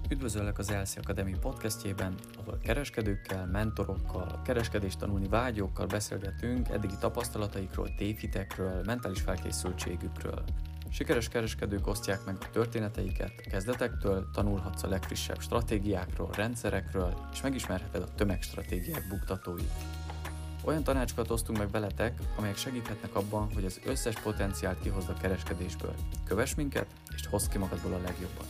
Üdvözöllek az Elszi Academy podcastjében, ahol kereskedőkkel, mentorokkal, kereskedést tanulni vágyókkal beszélgetünk eddigi tapasztalataikról, tévhitekről, mentális felkészültségükről. Sikeres kereskedők osztják meg a történeteiket a kezdetektől, tanulhatsz a legfrissebb stratégiákról, rendszerekről, és megismerheted a tömegstratégiák buktatóit. Olyan tanácsokat osztunk meg veletek, amelyek segíthetnek abban, hogy az összes potenciált kihozd a kereskedésből. Kövess minket, és hozd ki magadból a legjobbat.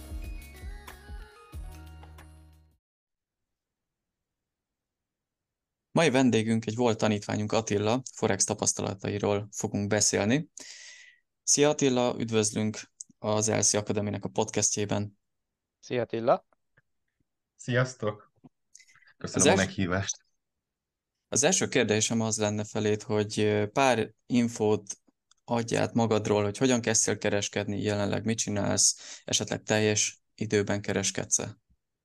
Mai vendégünk egy volt tanítványunk Attila, Forex tapasztalatairól fogunk beszélni. Szia Attila, üdvözlünk az Elszi Academy-nek a podcastjében. Szia Attila! Sziasztok! Az, Köszönöm a meghívást. az első kérdésem az lenne felét, hogy pár infót adjál magadról, hogy hogyan kezdtél kereskedni, jelenleg mit csinálsz, esetleg teljes időben kereskedsz-e?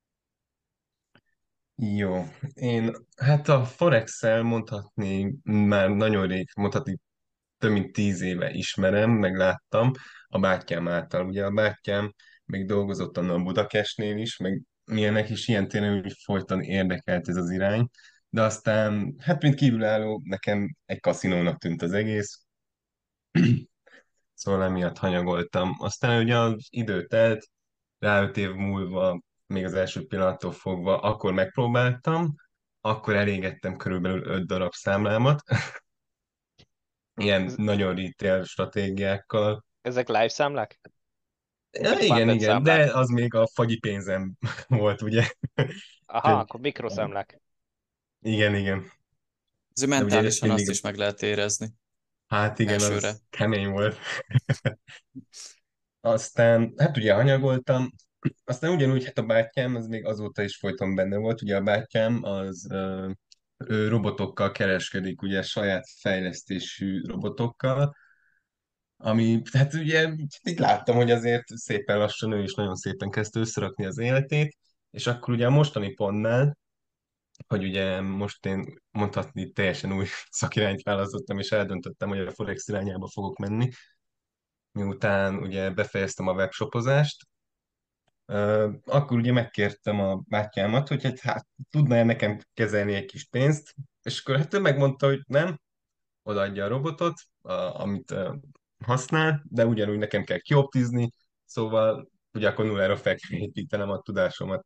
Jó, én hát a Forex-szel mondhatni már nagyon rég, mondhatni több mint 10 éve ismerem, meg láttam a bátyám által. Ugye a bátyám még dolgozott annól a Budakesnél is, meg milyenek is ilyen téren úgy folyton érdekelt ez az irány, de aztán, hát mint kívülálló, nekem egy kaszinónak tűnt az egész, szóval emiatt hanyagoltam. Aztán ugye az idő telt, rá 5 év múlva, még az első pillanattól fogva, akkor megpróbáltam, akkor elégettem körülbelül 5 darab számlámat, ilyen Ez- nagyon retail stratégiákkal. Ezek live számlák? Ja, Vagy igen, funded igen, de számlák? az még a fagyi pénzem volt, ugye? Aha, Úgyhogy, akkor mikroszámlák. igen, igen. Ez De ugye mentálisan azt mindig, is meg lehet érezni hát igen, elsőre. az kemény volt. Aztán, hát ugye hanyagoltam, aztán ugyanúgy, hát a bátyám, az még azóta is folyton benne volt, ugye a bátyám az ő robotokkal kereskedik, ugye saját fejlesztésű robotokkal, ami, hát ugye így láttam, hogy azért szépen lassan ő is nagyon szépen kezdte összerakni az életét, és akkor ugye a mostani pontnál, hogy ugye most én mondhatni teljesen új szakirányt választottam, és eldöntöttem, hogy a Forex irányába fogok menni, miután ugye befejeztem a webshopozást. Akkor ugye megkértem a bátyámat, hogy hát tudna-e nekem kezelni egy kis pénzt, és akkor hát ő megmondta, hogy nem, odaadja a robotot, amit használ, de ugyanúgy nekem kell kioptizni, szóval ugye akkor nullára fel kell építenem a tudásomat.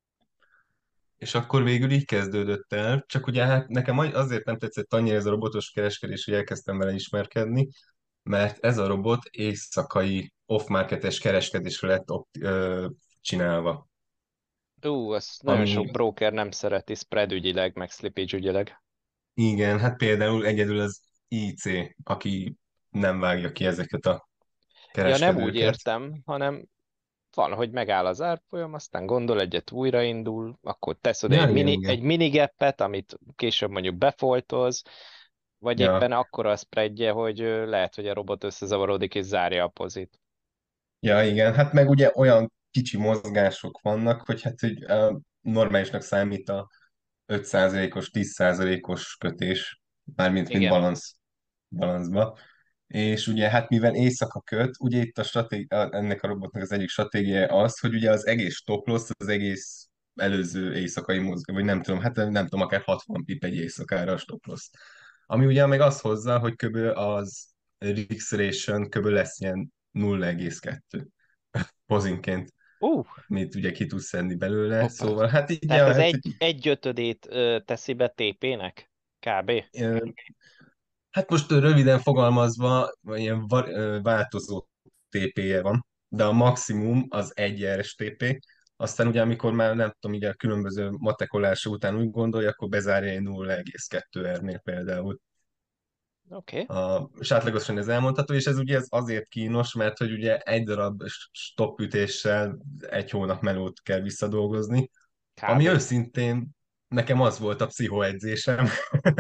És akkor végül így kezdődött el, csak ugye hát nekem azért nem tetszett annyira ez a robotos kereskedés, hogy elkezdtem vele ismerkedni, mert ez a robot éjszakai off-marketes kereskedésre lett csinálva. Ezt nagyon sok Ami broker nem szereti spread ügyileg, meg slippage ügyileg. igen, hát például egyedül az IC, aki nem vágja ki ezeket a Ja, nem úgy kereskedőket. értem, hanem van, hogy megáll az árfolyam, aztán gondol egyet, újraindul, akkor tesz oda Ja, igen, egy igen. mini gapet, amit később mondjuk befoltoz, vagy Ja, éppen akkora a spreadje, hogy lehet, hogy a robot összezavarodik és zárja a pozit. ja, igen. Hát meg ugye olyan kicsi mozgások vannak, hogy hát hogy normálisnak számít a 5%-os, 10%-os kötés, mármint mint Igen. balanszba. És ugye hát mivel éjszaka köt, ugye itt ennek a robotnak az egyik stratégiája az, hogy ugye az egész stop loss, az egész előző éjszakai mozgás, vagy nem tudom, hát nem tudom, akár 60 pip egy éjszakára a stop loss. Ami ugye meg az hozza, hogy kb. Az risk ratio kb. Lesz ilyen 0,2 pozinként, Uh, amit ugye ki tudsz szedni belőle, Hoppá. szóval hát így, Tehát ja, az hát, egy ötödét teszi be TP-nek? Kb. így, hát most röviden fogalmazva, ilyen változó TP-je van, de a maximum az 1 RSTP, aztán ugye amikor már nem tudom, így a különböző matekolása után úgy gondolja, akkor bezárja egy 0,2 R-nél például. Oké. És átlagosan ez elmondható, és ez ugye ez azért kínos, mert hogy ugye egy darab stop ütéssel egy hónap melót kell visszadolgozni, ami Kb. őszintén nekem az volt a pszichoedzésem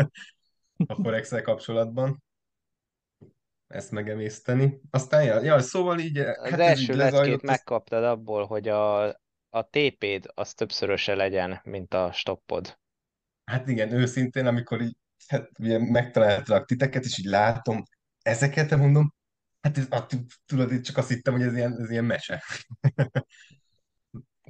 a forex kapcsolatban, ezt megemészteni. Aztán, ja, szóval így, Az hát ez így első leckét lezajlott, megkaptad abból, hogy a TP-d az többszöröse legyen, mint a stoppod. hát igen, őszintén, amikor így, hát ugye megtaláltalak titeket, és így látom ezeket, mondom, hát tudod, így csak azt hittem, hogy ez ilyen mese.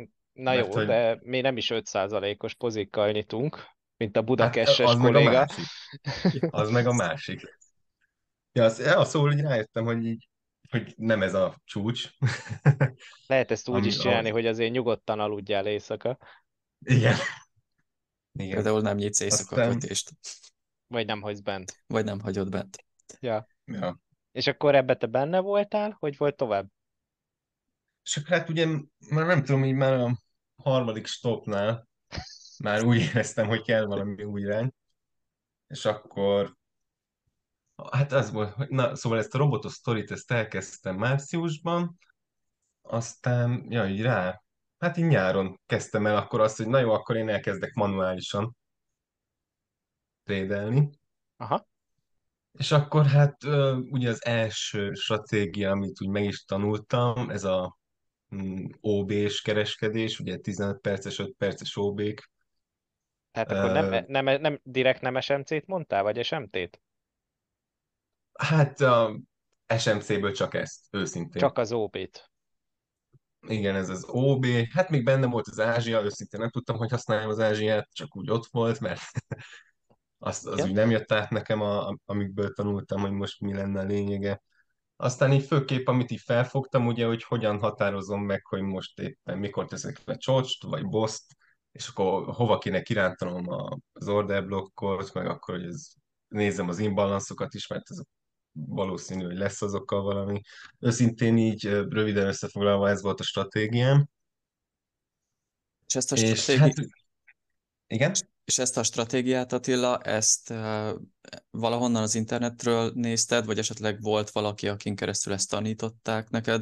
Na mert jó, hogy de mi nem is 5%-os pozikkal nyitunk, mint a hát Budakesses az meg a kolléga. másik. Az meg a másik. Ja, szóval így rájöttem, hogy így, hogy nem ez a csúcs. Lehet ezt úgy Ami, is csinálni, hogy azért nyugodtan aludjál éjszaka, igen, igen. Például nem nyitsz éjszaka a Aztán, vagy nem hagysz bent. vagy nem hagyod bent. Ja. ja. És akkor ebbe te benne voltál? Hogy volt tovább? És akkor hát ugye már nem tudom, így már a harmadik stopnál már úgy éreztem, hogy kell valami új irány, és akkor hát az volt, hogy na, szóval ezt a robotos sztorit, ezt elkezdtem márciusban, aztán, ja, így hát így nyáron kezdtem el akkor azt, hogy na jó, akkor én elkezdek manuálisan trédelni, Aha. és akkor hát ugye az első stratégia, amit úgy meg is tanultam, ez a OB-s kereskedés, ugye 15 perces, 5 perces OB-k. Tehát akkor nem direkt nem SMC-t mondtál, vagy SMT-t? Hát a SMC-ből csak ezt, őszintén. Csak az OB-t. Igen, ez az OB. Hát még benne volt az Ázsia, őszintén nem tudtam, hogy használjam az Ázsiát, csak úgy ott volt, mert az Igen? úgy nem jött át nekem, amikből tanultam, hogy most mi lenne a lényege. Aztán így főképp, amit így felfogtam, ugye, hogy hogyan határozom meg, hogy most éppen mikor teszek le csocst, vagy boszt, és akkor hova kéne kirántanom az order blokkot, meg akkor, hogy nézem az imbalanszokat is, mert ez valószínű, hogy lesz azokkal valami. Őszintén így röviden összefoglalva ez volt a stratégiám, És ezt a és hát igen. És ezt a stratégiát, Attila, ezt valahonnan az internetről nézted, vagy esetleg volt valaki, akin keresztül ezt tanították neked?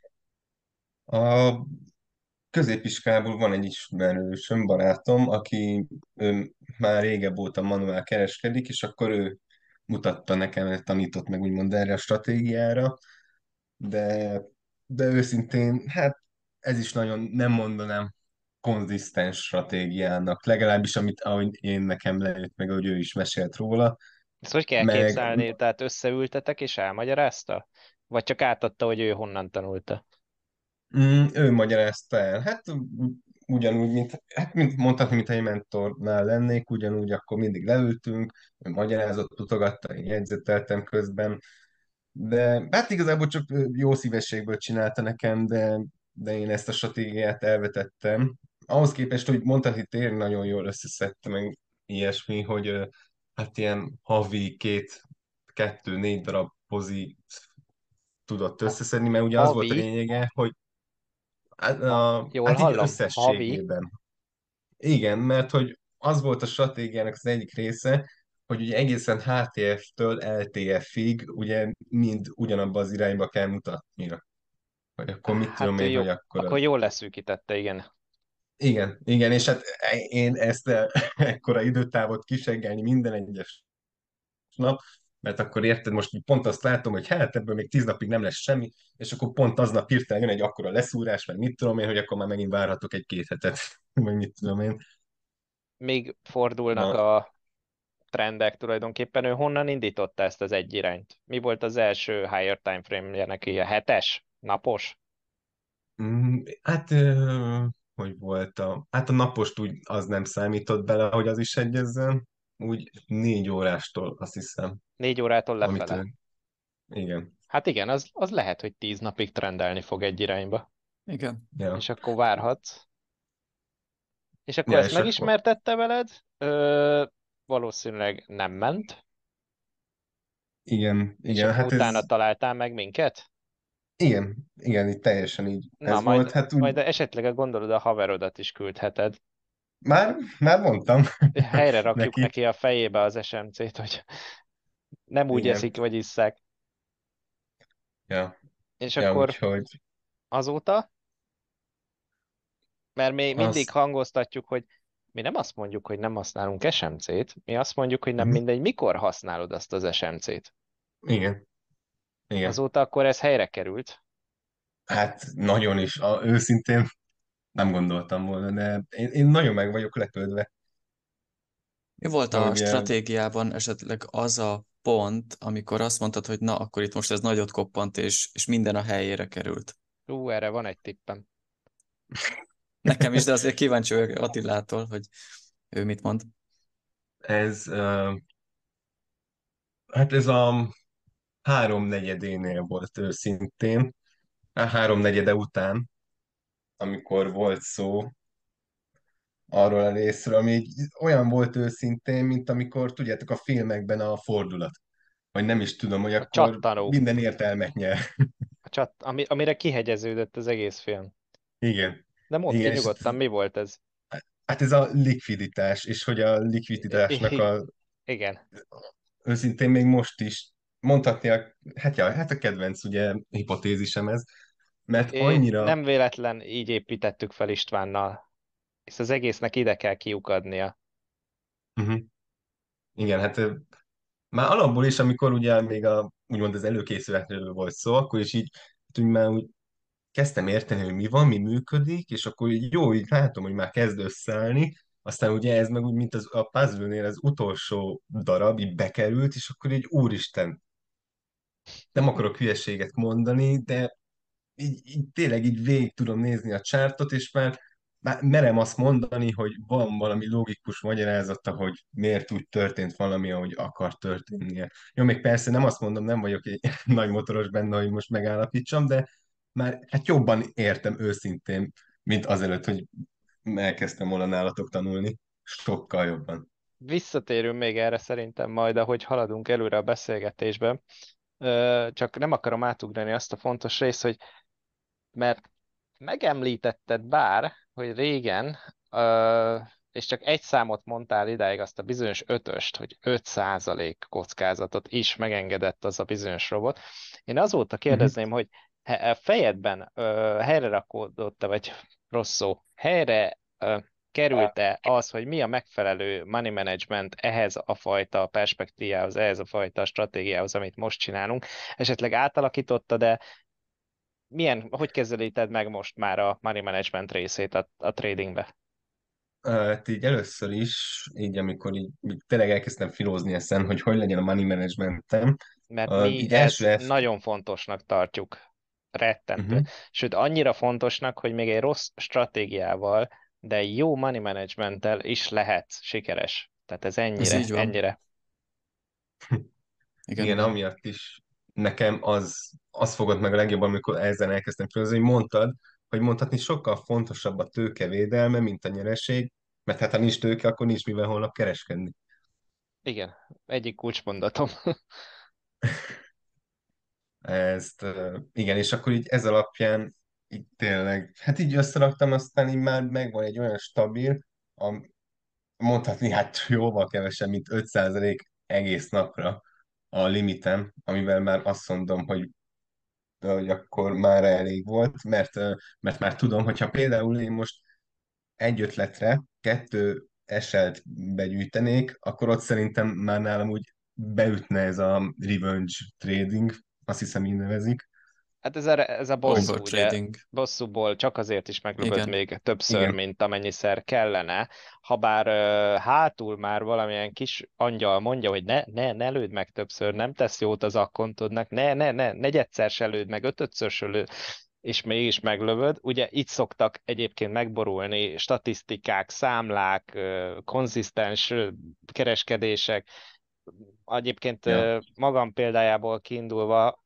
A középiskából van egy ismerősöm, barátom, aki már régebb óta manuál kereskedik, és akkor ő mutatta nekem, tanított meg úgymond erre a stratégiára, de, de őszintén, hát ez is nagyon nem mondanám konzisztens stratégiának, legalábbis ahogy én nekem lejött meg, ahogy ő is mesélt róla, Ezt hogy kell meg képzelni? Tehát összeültetek és elmagyarázta? Vagy csak átadta, hogy ő honnan tanulta? Ő magyarázta el. Hát ugyanúgy, mint mondhatni, mintha egy mentornál lennék, ugyanúgy akkor mindig leültünk, ő magyarázott, utogatta, én jegyzeteltem közben, de hát igazából csak jó szívességből csinálta nekem, de én ezt a stratégiát elvetettem. Ahhoz képest, hogy mondhatni, tényleg nagyon jól összeszedte meg ilyesmi, hogy hát ilyen havi kettő, négy darab pozit tudott Ha, összeszedni, mert ugye az volt a havi, lényege, hogy Hát, jól hát így hallom, havi, összességében. Igen, mert hogy az volt a stratégiának az egyik része, hogy ugye egészen HTF-től LTF-ig ugye mind ugyanabba az irányba kell mutatnia. Hogy akkor mit tudom hát én, jó, hogy akkor akkor jól leszűkítette, igen. Igen, igen, és hát én ezt ekkora időtávot kiseggelni minden egyes nap, mert akkor érted, most így pont azt látom, hogy hát ebből még 10 napig nem lesz semmi, és akkor pont aznap hirtelen jön egy akkora leszúrás, meg mit tudom én, hogy akkor már megint várhatok egy-két hetet, vagy mit tudom én. Még fordulnak Na, a trendek tulajdonképpen. Ő honnan indította ezt az egy irányt? Mi volt az első higher time frame-je neki? A hetes? Napos? hát, hogy volt hát a napost úgy az nem számított bele, hogy az is egyezzen, úgy 4 órástól azt hiszem, 4 órától amit lefele. igen. Hát igen, az lehet, hogy 10 napig trendelni fog egy irányba. Igen. Ja. És akkor várhatsz. És akkor Ja, ezt és akkor megismertette veled? Valószínűleg nem ment. igen, És igen, akkor hát ez utána találtál meg minket? igen, itt teljesen így Na, ez volt, majd, hát úgy majd esetleg gondolod a haverodat is küldheted. már mondtam Helyre rakjuk neki, neki a fejébe az SMC-t, hogy nem úgy igen, eszik, vagy isszák. ja, És ja, akkor úgyhogy azóta, mert mi mindig azt, hangoztatjuk, hogy mi nem azt mondjuk, hogy nem használunk SMC-t, mi azt mondjuk, hogy nem mhm, mindegy, mikor használod azt az SMC-t. igen, igen, Azóta akkor ez helyre került. hát nagyon is, őszintén nem gondoltam volna, de én nagyon meg vagyok lepődve, Mi volt hogy a ugye, stratégiában esetleg az a pont, amikor azt mondtad, hogy na, akkor itt most ez nagyot koppant, és minden a helyére került? Erre van egy tippem. Nekem is, de azért kíváncsi vagyok Attilától, hogy ő mit mond. Ez, hát ez a háromnegyedénél volt őszintén, a háromnegyede után, amikor volt szó arról a részről, ami olyan volt őszintén, mint amikor, tudjátok, a filmekben a fordulat, vagy nem is tudom, hogy A akkor csattanó, minden értelmet nyer. amire kihegyeződött az egész film. Igen. De mondd ki Igen, és nyugodtan, mi volt ez? hát ez a likviditás, és hogy a likviditásnak a Igen. őszintén még most is mondhatni hát ja, hát a kedvenc ugye hipotézisem ez, mert annyira, Nem véletlen így építettük fel Istvánnal, hisz az egésznek ide kell kiukadnia. uh igen, hát már alapból is, amikor ugye még úgymond az előkészületről volt szó, akkor is így, hát úgy már úgy kezdtem érteni, hogy mi van, mi működik, és akkor így jó, így látom, hogy már kezd összeállni, aztán ugye ez meg úgy, mint a puzzle-nél az utolsó darab így bekerült, és akkor így úristen, nem akarok hülyeséget mondani, de így tényleg így végig tudom nézni a csártot, és már merem azt mondani, hogy van valami logikus magyarázata, hogy miért úgy történt valami, ahogy akar történnie. Jó, még persze nem azt mondom, nem vagyok egy nagy motoros benne, hogy most megállapítsam, de már hát jobban értem őszintén, mint azelőtt, hogy elkezdtem volna nálatok tanulni. Sokkal jobban. Visszatérünk még erre szerintem majd, ahogy haladunk előre a beszélgetésben. Csak nem akarom átugrani azt a fontos részt, hogy mert megemlítetted bár, hogy régen, és csak egy számot mondtál idáig, azt a bizonyos ötöst, hogy 5% kockázatot is megengedett az a bizonyos robot. Én azóta Uh-huh. kérdezném, hogy a fejedben helyre rakódott-e, vagy rossz szó, helyre került-e az, hogy mi a megfelelő money management ehhez a fajta perspektívához, ehhez a fajta stratégiához, amit most csinálunk? Esetleg átalakítottad, de hogy kezelíted meg most már a money management részét a tradingbe? Hát így először is, így amikor így tényleg elkezdtem filózni ezen, hogy legyen a money managementem, Mert mi így első ezt F... nagyon fontosnak tartjuk, rettentő. Uh-huh. Sőt, annyira fontosnak, hogy még egy rossz stratégiával, de jó money managementtel is lehet sikeres. Tehát ez Ez ennyire, így van. ennyire. Igen, Igen, igen. amiatt is nekem az fogott meg a legjobban, amikor ezen elkezdtem filózni, hogy hogy mondhatni sokkal fontosabb a tőkevédelme, mint a nyereség, mert hát ha nincs tőke, akkor nincs mivel holnap kereskedni. Igen, egyik kulcsmondatom. Igen, és akkor így ez alapján így tényleg, hát így összeraktam, aztán így már megvan egy olyan stabil, mondhatni, hát jóval kevesebb, mint 5% egész napra a limitem, amivel már azt mondom, hogy akkor már elég volt, mert már tudom, hogyha például én most egy ötletre kettő eselt begyűjtenék, akkor ott szerintem már nálam úgy beütne ez a revenge trading, azt hiszem így nevezik, Hát ez a hogy bosszú, ugye? Overtrading. Bosszúból csak azért is meglövöd Igen. még többször, igen, mint amennyiszer kellene. Habár hátul már valamilyen kis angyal mondja, hogy ne lőd meg többször, nem tesz jót az akkontodnak, negyedszer se lőd meg, ötödször se lőd, és mégis meglövöd. Ugye itt szoktak egyébként megborulni statisztikák, számlák, konzisztens kereskedések. Egyébként ja. magam példájából kiindulva,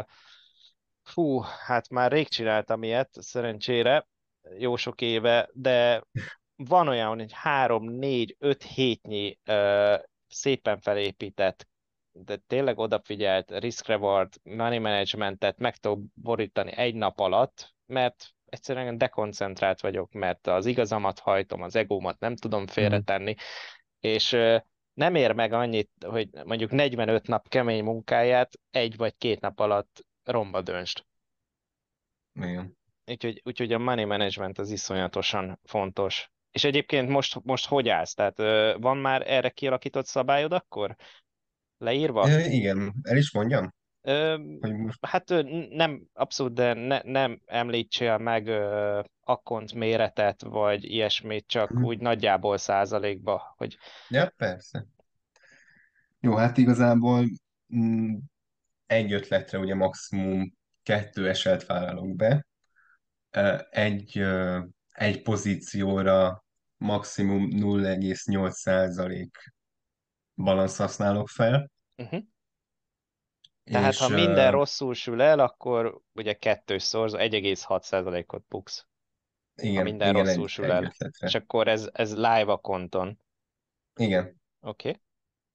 hát már rég csináltam ilyet, szerencsére, jó sok éve, de van olyan, hogy 3, 4, 5 hétnyi szépen felépített, de tényleg odafigyelt risk-reward, money managementet meg tudok borítani egy nap alatt, mert egyszerűen dekoncentrált vagyok, mert az igazamat hajtom, az egómat nem tudom Mhm. félretenni, és nem ér meg annyit, hogy mondjuk 45 nap kemény munkáját egy vagy két nap alatt romba döntsd. Igen. Úgyhogy a money management az iszonyatosan fontos. És egyébként most hogy állsz? Tehát van már erre kialakított szabályod akkor? Leírva? Igen, el is mondjam, Ö, hogy most hát nem, abszolút, de nem említsél meg akkont méretet, vagy ilyesmit, csak mhm. úgy nagyjából százalékba, hogy Ja, persze. Jó, hát igazából mm, egy ötletre ugye maximum kettő eselt vállalok be. Egy egy pozícióra maximum 0,8% balansz használok fel, Uh-huh. Tehát ha és minden rosszul sül el, akkor ugye kettős szorzó, 1,6%-ot buksz, ha igen, minden igen, rosszul egy, sül egy el. És ötletre. akkor ez live a konton. Igen, Oké? Okay?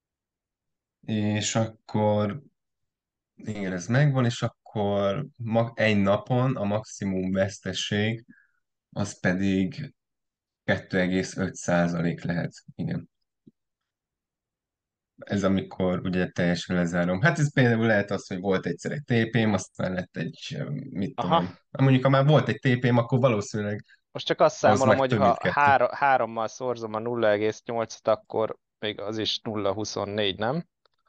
és akkor igen, ez megvan, és akkor egy napon a maximum veszteség az pedig 2,5% lehet. Igen. Ez amikor ugye teljesen lezárom. Hát ez például lehet az, hogy volt egyszer egy TP-m, aztán lett egy, mit tudom Aha, én. Mondjuk, ha már volt egy TP-m, akkor valószínűleg most csak azt az számolom, meg hogy több, mint ha kettő. hárommal szorzom a 0,8-at, akkor még az is 0,24, nem?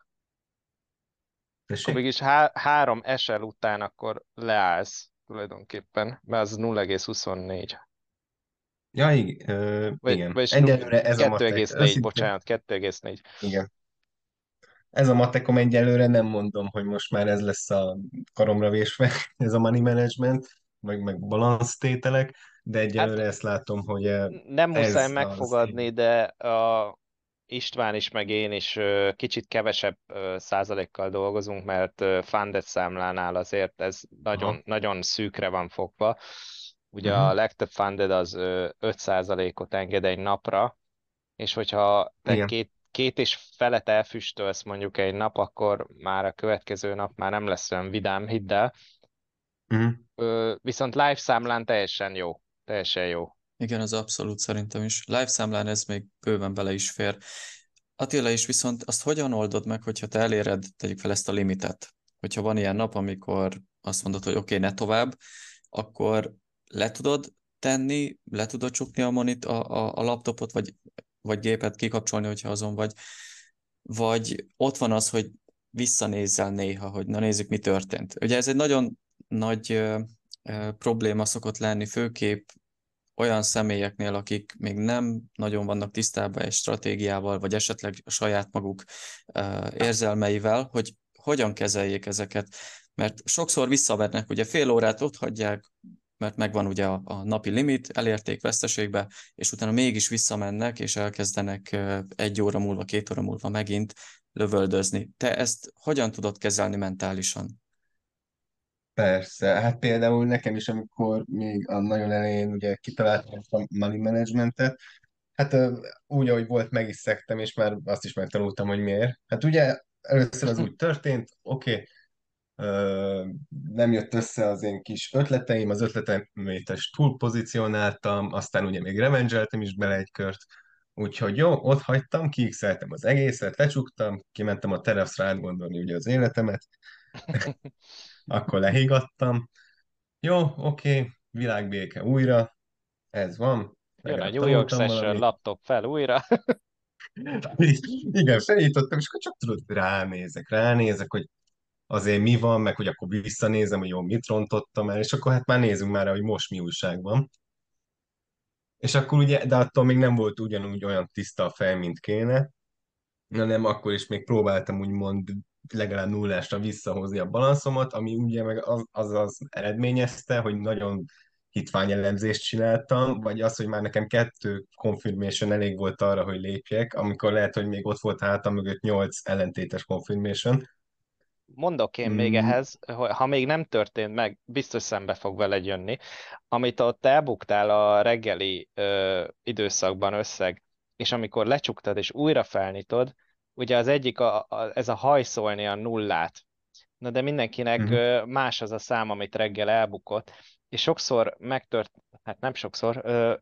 Akkor Tessék? mégis három SL után akkor leállsz tulajdonképpen, mert az 0,24. Ja, igen. Vagyis Egyelőre ez a matek. 2,4, Őszintén, bocsánat, 2,4. igen. Ez a matekom egyelőre nem mondom, hogy most már ez lesz a karomra vésve, ez a money management, meg balansztételek, de Hát egyelőre ezt látom, hogy nem muszáj ez az megfogadni, én. de a István is, meg én is kicsit kevesebb százalékkal dolgozunk, mert funded számlánál azért ez Aha. nagyon, nagyon szűkre van fogva. Ugye a Uh-huh. legtöbb funded az 5%-ot enged egy napra, és hogyha te Igen. két és felet elfüstölsz mondjuk egy nap, akkor már a következő nap már nem lesz olyan vidám, hidd el. Uh-huh. Viszont live számlán teljesen jó. Teljesen jó. Igen, az abszolút szerintem is. Live számlán ez még bőven bele is fér. Attila is viszont azt hogyan oldod meg, hogyha te eléred, tegyük fel ezt a limitet? Hogyha van ilyen nap, amikor azt mondod, hogy oké, ne tovább, akkor le tudod tenni, le tudod csukni a laptopot, vagy gépet kikapcsolni, hogyha azon vagy ott van az, hogy visszanézzel néha, hogy na nézzük, mi történt. Ugye ez egy nagyon nagy probléma szokott lenni, főképp olyan személyeknél, akik még nem nagyon vannak tisztában egy stratégiával, vagy esetleg a saját maguk érzelmeivel, hogy hogyan kezeljék ezeket. Mert sokszor visszavernek, ugye fél órát ott hagyják, mert megvan ugye a napi limit, elérték veszteségbe, és utána mégis visszamennek, és elkezdenek 1 óra múlva, 2 óra múlva megint lövöldözni. Te ezt hogyan tudod kezelni mentálisan? Persze, hát például nekem is, amikor még a nagyon elején ugye kitaláltam ezt a money managementet, hát úgy, ahogy volt, meg is szektem, és már azt is megtanultam, hogy miért. Hát ugye először az úgy történt, oké, nem jött össze az én kis ötleteim, az ötletemétes túl pozícionáltam, aztán ugye még revangeltem is bele egy kört, úgyhogy jó, ott hagytam, kiixeltem az egészet, lecsuktam, kimentem a teraszra átgondolni ugye az életemet, akkor lehígattam, jó, oké, világbéke újra, ez van, Jön a legalább New York tanultam Session, valamit. laptop fel újra. Igen, felnyitottam, és akkor csak tudod, ránézek, hogy azért mi van, meg hogy akkor visszanézem, hogy jó, mit rontottam el, és akkor hát már nézzünk már, hogy most mi újság van. És akkor ugye, de attól még nem volt ugyanúgy olyan tiszta a fej, mint kéne, hanem akkor is még próbáltam úgymond legalább nullásra visszahozni a balanszomat, ami ugye meg az eredményezte, hogy nagyon hitvány elemzést csináltam, vagy az, hogy már nekem 2 confirmation elég volt arra, hogy lépjek, amikor lehet, hogy még ott volt hátam mögött 8 ellentétes confirmation. Mondok én még Mm, ehhez, hogy ha még nem történt meg, biztos szembe fog veled jönni. Amit ott elbuktál a reggeli időszakban összeg, és amikor lecsuktad és újra felnyitod, ugye az egyik ez a hajszolni a nullát. Na de mindenkinek mhm, más az a szám, amit reggel elbukott, és sokszor hát nem sokszor,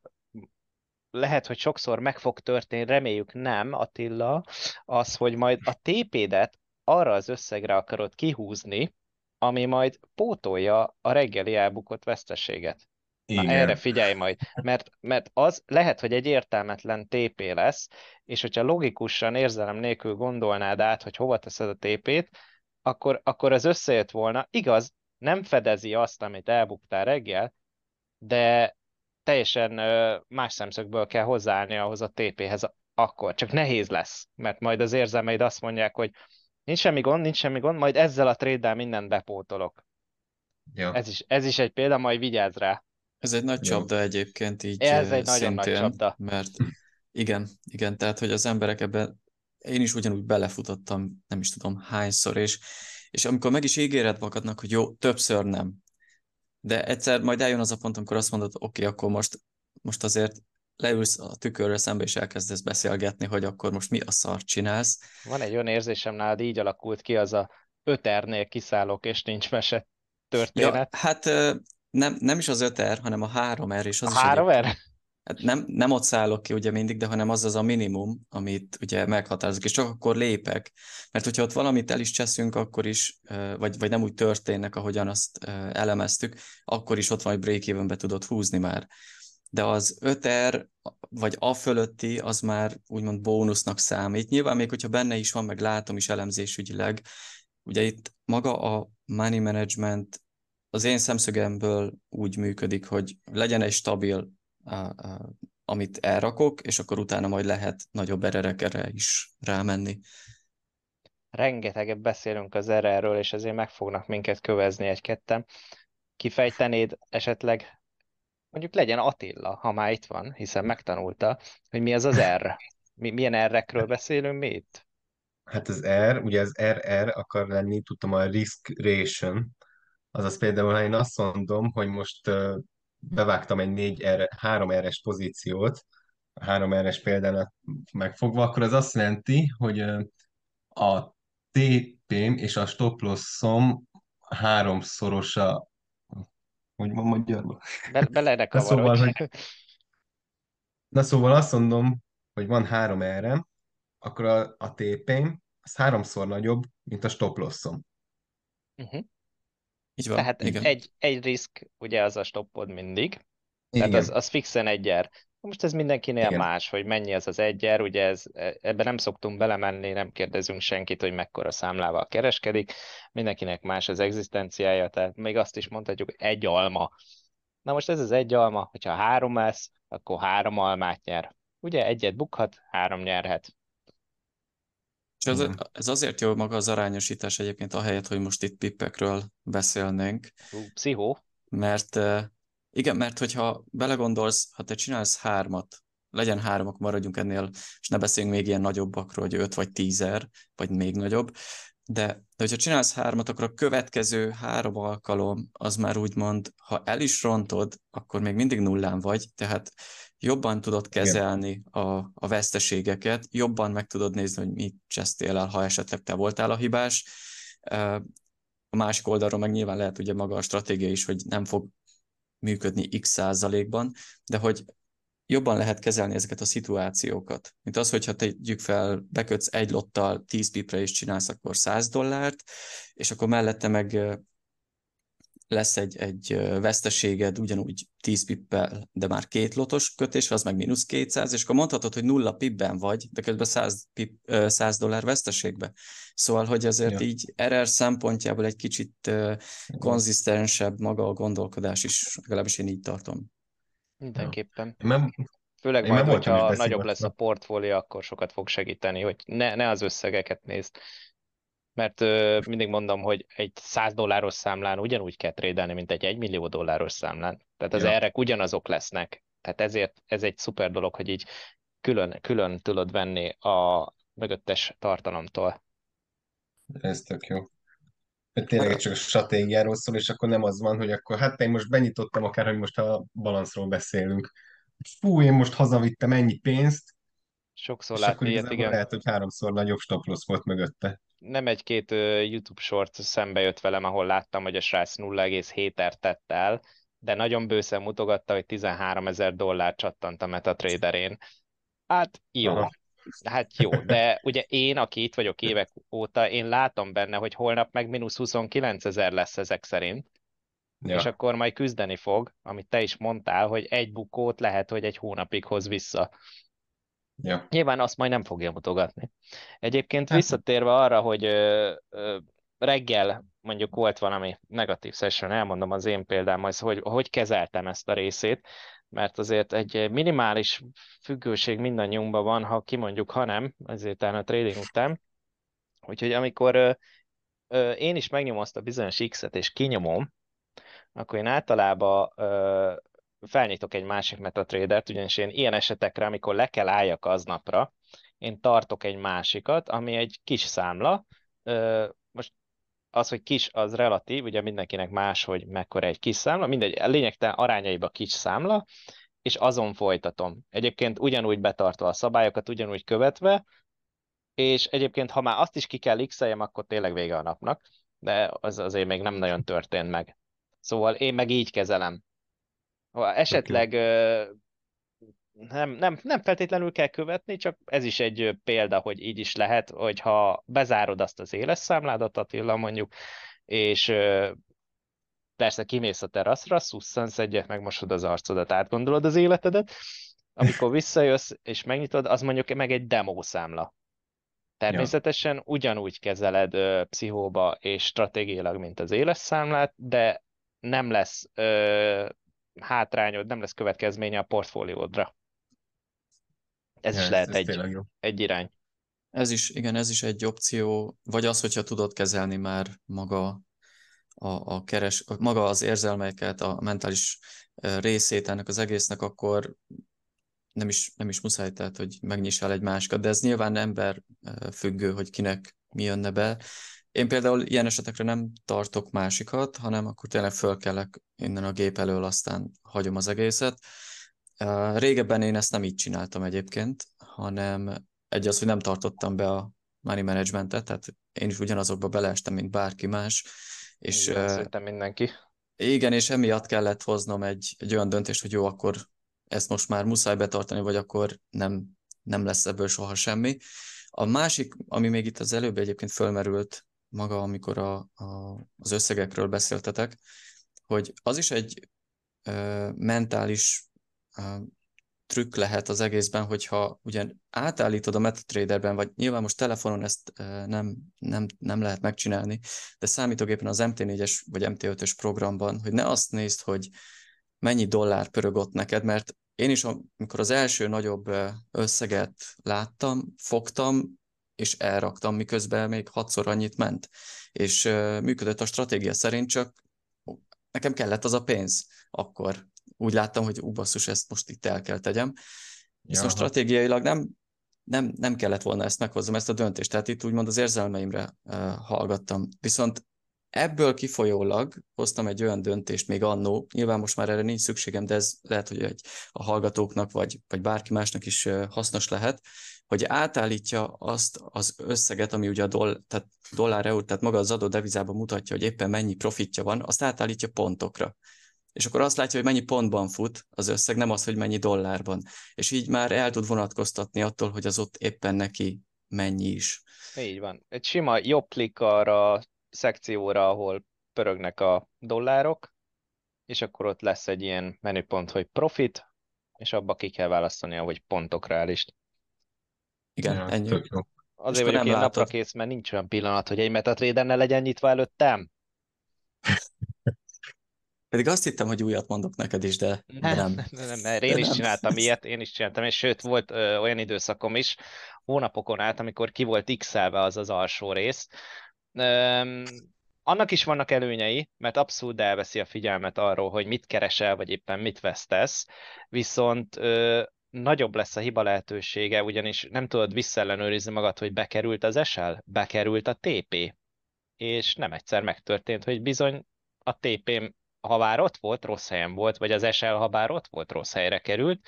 lehet, hogy sokszor meg fog történni, reméljük nem, Attila, az, hogy majd a TP-det arra az összegre akarod kihúzni, ami majd pótolja a reggeli elbukott veszteséget. Na erre igen. figyelj majd, mert az lehet, hogy egy értelmetlen TP lesz, és hogyha logikusan, érzelem nélkül gondolnád át, hogy hova teszed a TP-t, akkor az összejött volna. Igaz, nem fedezi azt, amit elbuktál reggel, de teljesen más szemszögből kell hozzáállni ahhoz a TP-hez akkor. Csak nehéz lesz, mert majd az érzelmeid azt mondják, hogy nincs semmi gond, majd ezzel a trade-del mindent bepótolok. Ja. Ez is egy példa, majd vigyázz rá. Ez egy nagy Nagyon. csapda egyébként így Ez egy nagyon nagy szintén, csapda. mert igen, tehát hogy az emberek ebben, én is ugyanúgy belefutottam, nem is tudom hányszor, és amikor meg is ígéred magadnak, hogy jó, többször nem, de egyszer majd eljön az a pont, amikor azt mondod, oké, akkor most azért leülsz a tükörrel szembe, és elkezdesz beszélgetni, hogy akkor most mi a szart csinálsz. Van egy olyan érzésem nálad, így alakult ki az a 5R-nél kiszállok, és nincs mese Ja, történet. hát nem is az 5R, hanem a 3R, és A az is 3R? egyébként. Hát nem ott szállok ki ugye mindig, de hanem az a minimum, amit ugye meghatározok, és csak akkor lépek. Mert hogyha ott valamit el is cseszünk, akkor is, vagy nem úgy történnek, ahogyan azt elemeztük, akkor is ott van, hogy break-evenbe tudod húzni már. De az 5R, vagy a fölötti, az már úgymond bónusznak számít. Nyilván még, hogyha benne is van, meg látom is elemzésügyileg, ugye itt maga a money management az én szemszögemből úgy működik, hogy legyen egy stabil, amit elrakok, és akkor utána majd lehet nagyobb ererekre is rámenni. Rengeteget beszélünk az RR-ről, és ezért meg fognak minket kövezni egy-ketten. Kifejtenéd esetleg, mondjuk legyen Attila, ha már itt van, hiszen megtanulta, hogy mi az az R. Milyen R-ekről beszélünk mi itt? Hát az R, ugye az RR akar lenni, tudtam, a risk ration, azaz például, ha én azt mondom, hogy most bevágtam egy 3R-es pozíciót, a 3R-es példánat megfogva, akkor az azt jelenti, hogy a TP-m és a stop loss-om háromszorosa, hogy van magyarul? Bele ne Na szóval, kavarodj. hogy, na szóval azt mondom, hogy van 3R-em, akkor a TP-m az háromszor nagyobb, mint a stop loss-om. Mhm. Így van, Tehát igen. egy risk, ugye az a stoppod mindig, tehát az, Igen, az fixen egy R. Most ez mindenkinél igen. más, hogy mennyi ez az egy R, ugye ebben nem szoktunk belemenni, nem kérdezünk senkit, hogy mekkora számlával kereskedik, mindenkinek más az egzisztenciája, tehát még azt is mondhatjuk, egy alma. Na most ez az egy alma, hogyha három lesz, akkor három almát nyer. Ugye egyet bukhat, három nyerhet. És Igen. ez azért jó maga az arányosítás egyébként, ahelyett, hogy most itt pippekről beszélnénk, Pszichó. mert igen, mert hogyha belegondolsz, ha te csinálsz hármat, legyen három, akkor maradjunk ennél, és ne beszéljünk még ilyen nagyobbakról, hogy 5 vagy 10, vagy még nagyobb, de hogyha csinálsz hármat, akkor a következő 3 alkalom az már úgymond, ha el is rontod, akkor még mindig nullán vagy, tehát jobban tudod Igen. kezelni a veszteségeket, jobban meg tudod nézni, hogy mit csesztél el, ha esetleg te voltál a hibás. A másik oldalról meg nyilván lehet ugye maga a stratégia is, hogy nem fog működni x%-ban, de hogy jobban lehet kezelni ezeket a szituációkat. Mint az, hogyha tegyük fel, bekötsz egy lottal 10 pipre és csinálsz akkor $100, és akkor mellette meg lesz egy veszteséged ugyanúgy 10 pippel, de már két lotos kötés, az meg -200, és akkor mondhatod, hogy nulla pipben vagy, de közben $100 veszteségbe. Szóval, hogy azért Ja. így RR szempontjából egy kicsit Igen. konzisztensebb maga a gondolkodás is, legalábbis én így tartom. Ja. Mindenképpen. Én már, Főleg én már majd, voltam is hogyha nagyobb lesz a beszivatva. portfólió, akkor sokat fog segíteni, hogy ne az összegeket nézd. Mert mindig mondom, hogy egy $100 számlán ugyanúgy kell trédelni, mint egy $1 millió számlán. Tehát az Ja, errek ugyanazok lesznek. Tehát ezért ez egy szuper dolog, hogy így külön tudod venni a mögöttes tartalomtól. ez tök jó. Hogy tényleg csak a stratégiáról szól, és akkor nem az van, hogy akkor hát én most benyitottam, akár, hogy most a balanszról beszélünk. Fú, én most hazavittem ennyi pénzt, Sokszor és akkor látni ilyet, igazából igen. lehet, hogy háromszor nagyobb stop loss volt mögötte. Nem egy-két YouTube short szembe jött velem, ahol láttam, hogy a srác 0,7-er tett el, de nagyon bőszen mutogatta, hogy $13,000 csattant a MetaTraderén. Hát jó, Aha. hát jó, de ugye én, aki itt vagyok évek óta, én látom benne, hogy holnap meg -29,000 lesz ezek szerint, és Ja, akkor majd küzdeni fog, amit te is mondtál, hogy egy bukót lehet, hogy egy hónapig hoz vissza. ja. Nyilván azt majd nem fogja mutogatni. Egyébként Hát, visszatérve arra, hogy reggel mondjuk volt valami negatív session, elmondom az én példám, az, hogy kezeltem ezt a részét, mert azért egy minimális függőség mindannyiunkban van, ha kimondjuk, ha nem, ezért talán a trading után. Úgyhogy amikor én is megnyomom azt a bizonyos X-et és kinyomom, akkor én általában felnyitok egy másik MetaTrader-t, ugyanis én ilyen esetekre, amikor le kell álljak aznapra, én tartok egy másikat, ami egy kis számla. Most az, hogy kis, az relatív, ugye mindenkinek más, hogy mekkora egy kis számla, mindegy, lényegtelen arányaiban kis számla, és azon folytatom. Egyébként ugyanúgy betartva a szabályokat, ugyanúgy követve, és egyébként, ha már azt is ki kell x-eljem, akkor tényleg vége a napnak, de az azért még nem nagyon történt meg. Szóval én meg így kezelem. Ha Tök jó. esetleg nem feltétlenül kell követni, csak ez is egy példa, hogy így is lehet, hogyha bezárod azt az éles számládat, Attila, mondjuk, és persze kimész a teraszra, szusszansz egyet, megmosod az arcodat, átgondolod az életedet, amikor visszajössz és megnyitod, az mondjuk meg egy demo számla. Ja, Természetesen ugyanúgy kezeled pszichóba és stratégiailag, mint az éles számlát, de nem lesz hátrányod, nem lesz következménye a portfóliódra. Ez ja, is ez, lehet ez tényleg jó. egy irány. Ez is, igen, ez is egy opció, vagy az, hogyha tudod kezelni már maga maga az érzelmeket, a mentális részét ennek az egésznek, akkor nem is muszáj, tehát, hogy megnyissál egy másikat, de ez nyilván ember függő, hogy kinek mi jönne be. Én például ilyen esetekre nem tartok másikat, hanem akkor tényleg fölkelek innen a gép elől, aztán hagyom az egészet. Régebben én ezt nem így csináltam egyébként, hanem az, hogy nem tartottam be a money managementet, tehát én is ugyanazokba beleestem, mint bárki más, és Így van, szerintem mindenki. igen, és emiatt kellett hoznom egy olyan döntést, hogy jó, akkor ezt most már muszáj betartani, vagy akkor nem lesz ebből soha semmi. A másik, ami még itt az előbb egyébként fölmerült maga, amikor az összegekről beszéltetek, hogy az is egy mentális trükk lehet az egészben, hogyha ugyan átállítod a MetaTraderben, vagy nyilván most telefonon ezt nem lehet megcsinálni, de számítógépen az MT4-es vagy MT5-ös programban, hogy ne azt nézd, hogy mennyi dollár pörög ott neked, mert én is, amikor az első nagyobb összeget láttam, fogtam, és elraktam, miközben még 6-szor annyit ment. És működött a stratégia szerint, csak nekem kellett az a pénz akkor. Úgy láttam, hogy basszus, ezt most itt el kell tegyem. Viszont Jaha. stratégiailag nem kellett volna ezt meghoznom, ezt a döntést. Tehát itt úgymond az érzelmeimre hallgattam. Viszont ebből kifolyólag hoztam egy olyan döntést még annó, nyilván most már erre nincs szükségem, de ez lehet, hogy a hallgatóknak vagy bárki másnak is hasznos lehet, hogy átállítja azt az összeget, ami ugye tehát dollár-euró, tehát maga az adott devizában mutatja, hogy éppen mennyi profitja van, azt átállítja pontokra. És akkor azt látja, hogy mennyi pontban fut az összeg, nem az, hogy mennyi dollárban. És így már el tud vonatkoztatni attól, hogy az ott éppen neki mennyi is. Így van. Egy sima jobb klik arra a szekcióra, ahol pörögnek a dollárok, és akkor ott lesz egy ilyen menüpont, hogy profit, és abba ki kell választani, hogy pontokra állítsd. Igen, Ja, ennyi. tök jó. Azért akkor vagyok nem én napra látod. kész, mert nincs olyan pillanat, hogy egy MetaTrader ne legyen nyitva előttem. Pedig azt hittem, hogy újat mondok neked is, de nem. Mert De én is nem. csináltam ilyet, és sőt, volt olyan időszakom is, hónapokon át, amikor ki volt x-elve az alsó rész. Annak is vannak előnyei, mert abszolút elveszi a figyelmet arról, hogy mit keresel, vagy éppen mit vesztesz, viszont nagyobb lesz a hiba lehetősége, ugyanis nem tudod visszaellenőrizni magad, hogy bekerült az SL, bekerült a TP, és nem egyszer megtörtént, hogy bizony a TP-m, ha bár ott volt, rossz helyen volt, vagy az SL, ha bár ott volt, rossz helyre került,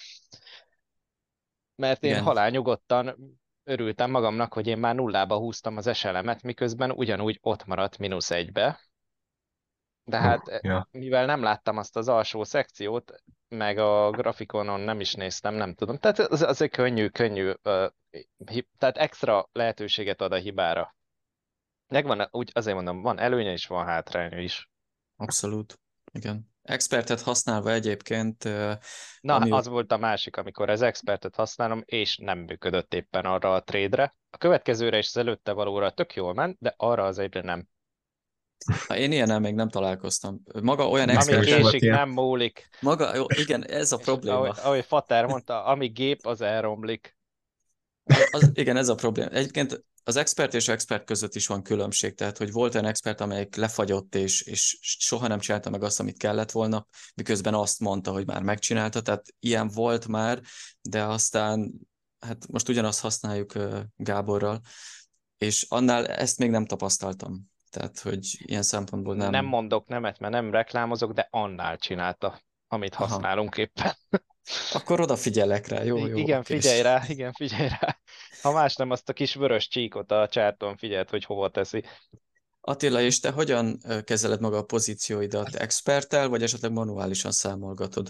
mert én Igen, halálnyugodtan örültem magamnak, hogy én már nullába húztam az SL-emet, miközben ugyanúgy ott maradt -1-be. De hát Ja. mivel nem láttam azt az alsó szekciót, meg a grafikonon nem is néztem, nem tudom. Tehát az egy könnyű, tehát extra lehetőséget ad a hibára. Megvan, úgy azért mondom, van előnye is, van hátránya is. abszolút. Igen. Expertet használva egyébként, Na, ami az volt a másik, amikor az expertet használom, és nem működött éppen arra a trade-re. A következőre és az előtte valóra tök jól ment, de arra az egyre nem. én ilyennel még nem találkoztam. Maga olyan Ami Nekem is expertet, volt késik, ilyen. nem múlik. maga, jó, igen, ez a És probléma. ahogy Fater mondta, ami gép, az elromlik. Igen, ez a probléma. Egyébként az expert és expert között is van különbség, tehát hogy volt olyan expert, amelyik lefagyott, és soha nem csinálta meg azt, amit kellett volna, miközben azt mondta, hogy már megcsinálta, tehát ilyen volt már, de aztán, hát most ugyanazt használjuk Gáborral, és annál ezt még nem tapasztaltam. Tehát, hogy ilyen szempontból Nem nem. mondok nemet, mert nem reklámozok, de annál csinálta, amit Aha. használunk éppen. Akkor odafigyelek rá, jó, Igen, oké. figyelj rá, igen, figyelj rá. Ha más nem, azt a kis vörös csíkot a csárton figyeld, hogy hova teszi. Attila, és te hogyan kezeled maga a pozícióidat? Experttel, vagy esetleg manuálisan számolgatod?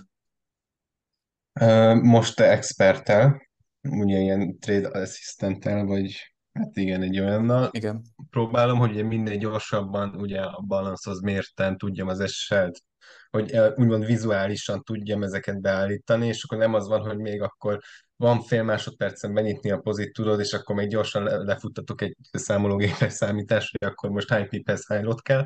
Most te experttel, ugye ilyen trade assistanttel, vagy hát igen, egy olyannal Igen. próbálom, hogy ugye minél gyorsabban ugye a balanszhoz mérten tudjam az eset, hogy úgymond vizuálisan tudjam ezeket beállítani, és akkor nem az van, hogy még akkor van fél másodpercen benyitni a pozit, tudod, és akkor még gyorsan lefuttatok egy számológépes számítást, hogy akkor most hány piphez hány lot kell.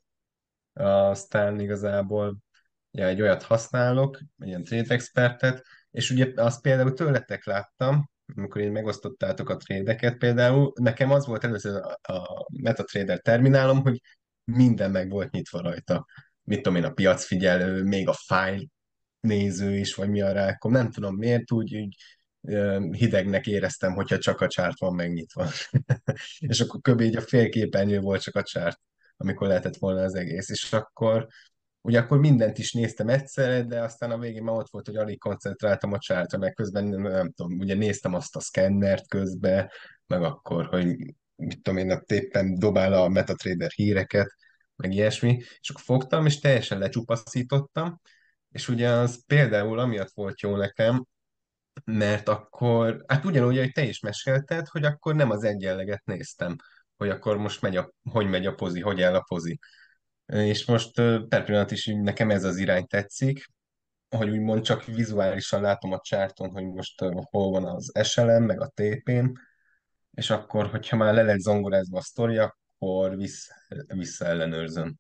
Aztán igazából ja, egy olyat használok, egy ilyen trade expertet, és ugye azt például tőletek láttam, amikor így megosztottátok a trédeket például, nekem az volt először a MetaTrader terminálom, hogy minden meg volt nyitva rajta. Mit tudom én, a piacfigyelő, még a file néző is, vagy mi a rákom, nem tudom miért, úgy hidegnek éreztem, hogyha csak a csárt van megnyitva. És akkor kb. Így a félképernyő volt csak a csárt, amikor lehetett volna az egész. És akkor ugye akkor mindent is néztem egyszerre, de aztán a végén már ott volt, hogy alig koncentráltam a csártra, meg közben nem tudom, ugye néztem azt a szkennert közben, meg akkor, hogy mit tudom én, ott éppen dobál a MetaTrader híreket, meg ilyesmi, és akkor fogtam, és teljesen lecsupaszítottam, és ugye az például amiatt volt jó nekem, mert akkor, hát ugyanúgy, hogy te is mesélted, hogy akkor nem az egyenleget néztem, hogy akkor most hogy megy a pozi, hogy áll a pozi. És most per pillanat is nekem ez az irány tetszik, hogy úgymond csak vizuálisan látom a csárton, hogy most hol van az SLM, meg a TP-m, és akkor, hogyha már le lett zongorázva a sztori, akkor visszaellenőrzöm,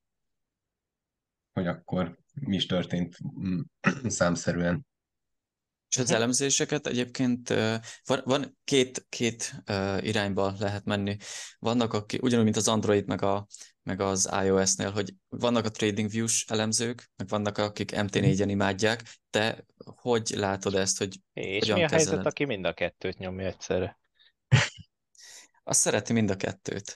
hogy akkor mi is történt számszerűen. És az elemzéseket egyébként van két irányba lehet menni. Vannak, ugyanúgy, mint az Android meg az iOS-nél, hogy vannak a TradingView-s elemzők, meg vannak, akik MT4-en imádják. Te hogy látod ezt, hogy És mi hogyan a helyzet, kezeled? aki mind a kettőt nyomja egyszerre? Azt szereti mind a kettőt.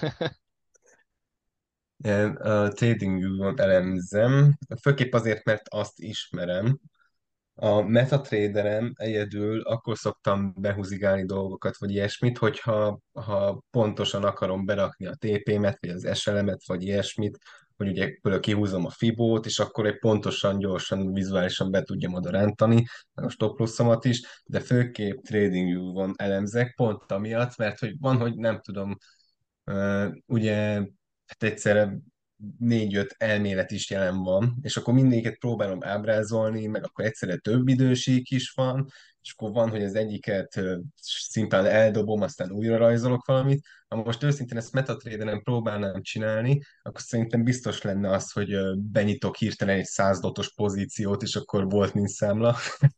A TradingView-on elemzem, főképp azért, mert azt ismerem. A MetaTraderen egyedül akkor szoktam behúzigálni dolgokat, vagy ilyesmit, ha pontosan akarom berakni a TP-met, vagy az SL-emet, vagy ilyesmit, hogy ugye például kihúzom a Fibót, és akkor egy pontosan, gyorsan, vizuálisan be tudjam oda rántani, meg a stop lossomat is, de főképp TradingView-on elemzek, pont amiatt, mert hogy van, hogy nem tudom, ugye hát egyszerre négy-öt elmélet is jelen van, és akkor mindéket próbálom ábrázolni, meg akkor egyszerre több idősík is van, és akkor van, hogy az egyiket szimplán eldobom, aztán újra rajzolok valamit. Ha most őszintén ezt MetaTrader-en próbálnám csinálni, akkor szerintem biztos lenne az, hogy benyitok hirtelen egy 100 dotos pozíciót, és akkor volt nincs számla.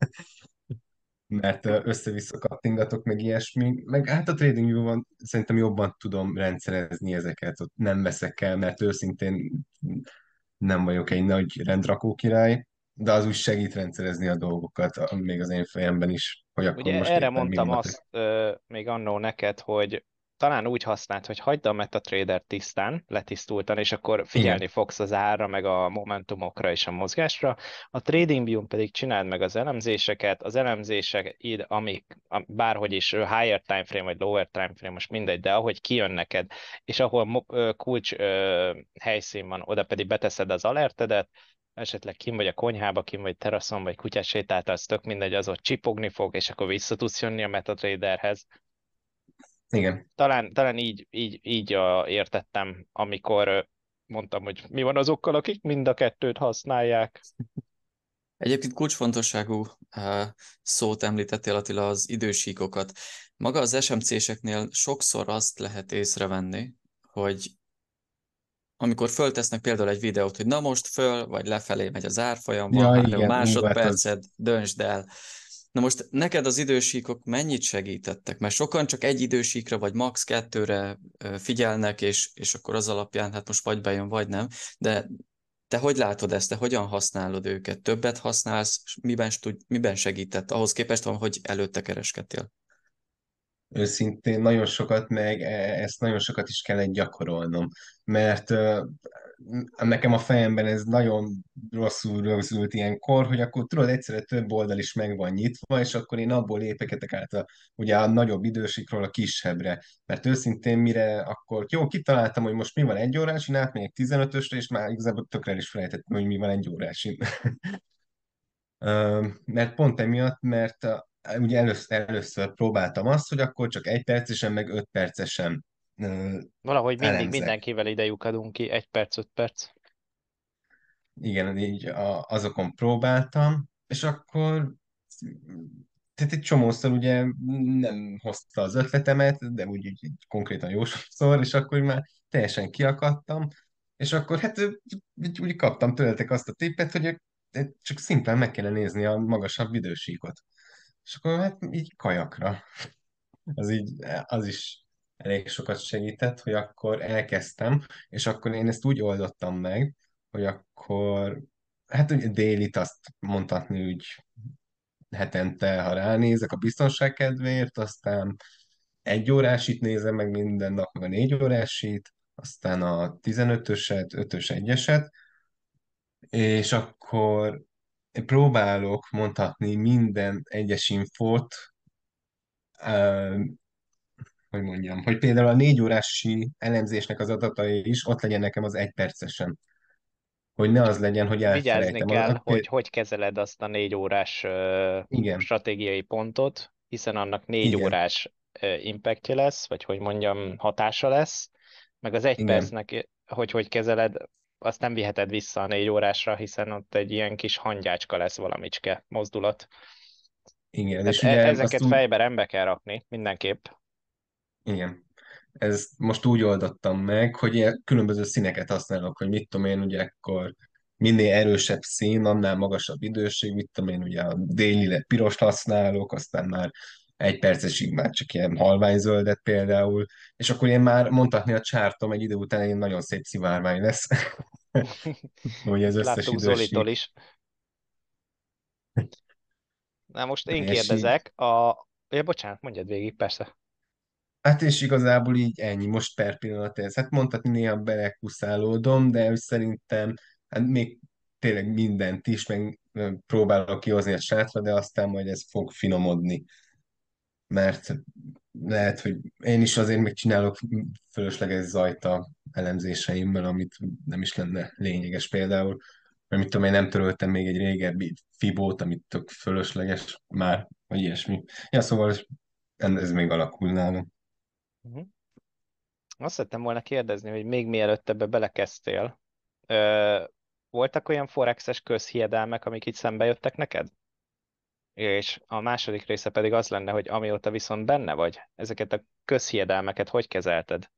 Mert össze-vissza kattingatok, meg ilyesmi. Meg hát a TradingView-ban szerintem jobban tudom rendszerezni ezeket, ott nem veszek el, mert őszintén nem vagyok egy nagy rendrakó király, de az úgy segít rendszerezni a dolgokat, még az én fejemben is, hogy akkor Ugye most erre éppen mi mondtam van a azt még annó neked, hogy talán úgy használd, hogy hagyd a MetaTrader tisztán, letisztultan, és akkor Igen. figyelni fogsz az árra, meg a momentumokra és a mozgásra. A TradingView-n pedig csináld meg az elemzéseket, az elemzések, bárhogy is higher time frame vagy lower time frame, most mindegy, de ahogy kijön neked, és ahol kulcs helyszín van, oda pedig beteszed az alertedet, esetleg kim vagy a konyhába, kim vagy teraszon, vagy kutyát sétáltál, az tök mindegy, az ott csipogni fog, és akkor vissza tudsz jönni a MetaTraderhez. Igen. Talán így értettem, amikor mondtam, hogy mi van azokkal, akik mind a kettőt használják. Egyébként kulcsfontosságú szót említettél, Attila, az idősíkokat. Maga az SMC-seknél sokszor azt lehet észrevenni, hogy amikor föltesznek például egy videót, hogy na most föl, vagy lefelé megy az árfolyam, van Ja, 3 igen, hát az... másodperced, döntsd el. Na most neked az idősíkok mennyit segítettek? Mert sokan csak egy idősíkra, vagy max. Kettőre figyelnek, és akkor az alapján, hát most vagy bejön, vagy nem. De te hogy látod ezt? Te hogyan használod őket? Többet használsz? Miben segített? Ahhoz képest van, hogy előtte kereskedtél. Őszintén nagyon sokat, meg ezt nagyon sokat is kellett gyakorolnom, mert nekem a fejemben ez nagyon rosszul rögzült ilyenkor, hogy akkor tudod, egyszerre több oldal is meg van nyitva, és akkor én abból lépegetek át ugye a nagyobb idősikről a kisebbre, mert őszintén mire akkor jó, kitaláltam, hogy most mi van egy órás, én átmegyek 15-ösre, és már igazából tökre el is felejtettem, hogy mi van egy órás. Mert pont emiatt, mert ugye először próbáltam azt, hogy akkor csak 1 percesen, meg 5 percesen Valahogy mindig elemzek. mindenkivel ide lyukadunk ki, 1 perc, 5 perc. Igen, így azokon próbáltam, és akkor tehát egy csomószor ugye nem hozta az ötletemet, de úgy konkrétan jó sokszor, és akkor már teljesen kiakadtam, és akkor hát úgy kaptam tőletek azt a tippet, hogy csak szimplán meg kellene nézni a magasabb idősíkot. És akkor hát így kajakra. Az is elég sokat segített, hogy akkor elkezdtem, és akkor én ezt úgy oldottam meg, hogy akkor hát ugye délit azt mondhatni úgy hetente, ha ránézek a biztonság kedvéért, aztán 1 órásit nézem meg minden nap, meg a 4 órásit, aztán a 15-öset, 5-ös, 1-eset, és akkor próbálok mondhatni minden egyes infót, hogy mondjam, hogy például a 4 órási elemzésnek az adatai is ott legyen nekem az 1 percesen. Hogy ne Csak az legyen, hogy vigyázni elfelejtem. kell, hogy kezeled azt a 4 órás Igen, stratégiai pontot, hiszen annak négy igen, órás impactja lesz, vagy hogy mondjam, hatása lesz, meg az egy igen, percnek, hogy kezeled, azt nem viheted vissza a 4 órásra, hiszen ott egy ilyen kis hangyácska lesz valamicske mozdulat. igen. Tehát És ugye azt ezeket úgy, fejbe rendbe kell rakni, mindenképp. igen, ezt most úgy oldottam meg, hogy ilyen különböző színeket használok, hogy mit tudom én, ugye akkor minél erősebb szín, annál magasabb időség, mit tudom én, ugye a délire piros használok, aztán már 1 percesig már csak ilyen halványzöldet például, és akkor én már mondhatni a csártom egy idő után egy nagyon szép szivárvány lesz, hogy az Ezt összes láttuk Zolitól időség. is. Na most én És így, kérdezek, Ja, bocsánat, mondjad végig, persze. hát és igazából így ennyi, most per pillanat ez. Hát mondhatni néha belekuszálódom, de szerintem hát még tényleg mindent is, meg próbálok kihozni a sátra, de aztán majd ez fog finomodni, mert lehet, hogy én is azért még csinálok fölösleges zajt a elemzéseimmel, amit nem is lenne lényeges például, mert mit tudom, én nem töröltem még egy régebbi Fibót, amit tök fölösleges már, vagy ilyesmi. Ja, szóval ez még alakul nálam. Mhm. Azt szerettem volna kérdezni, hogy még mielőtt ebbe belekezdtél, ö, voltak olyan forexes közhiedelmek, amik itt szembe jöttek neked? És a második része pedig az lenne, hogy amióta viszont benne vagy, ezeket a közhiedelmeket hogy kezelted?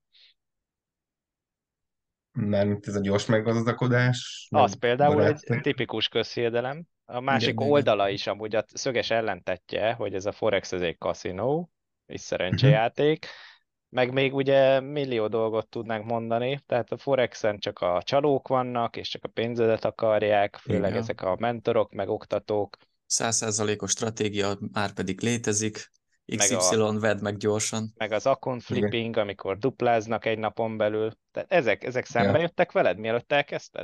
Mármint ez a gyors meggazdagodás, Az meg például egy barát. tipikus közhiedelem. A Igen, másik igen. oldala is amúgy a szöges ellentetje, hogy ez a Forex ez egy kaszinó, egy Uh-huh. szerencsejáték, meg még ugye millió dolgot tudnánk mondani, tehát a Forexen csak a csalók vannak, és csak a pénzedet akarják, főleg Igen. ezek a mentorok, meg oktatók, 100%-os stratégia már pedig létezik. meg XY vedd meg gyorsan. meg az account Igen. flipping, amikor dupláznak egy napon belül. Tehát ezek szembe Ja. jöttek veled, mielőtt elkezdted?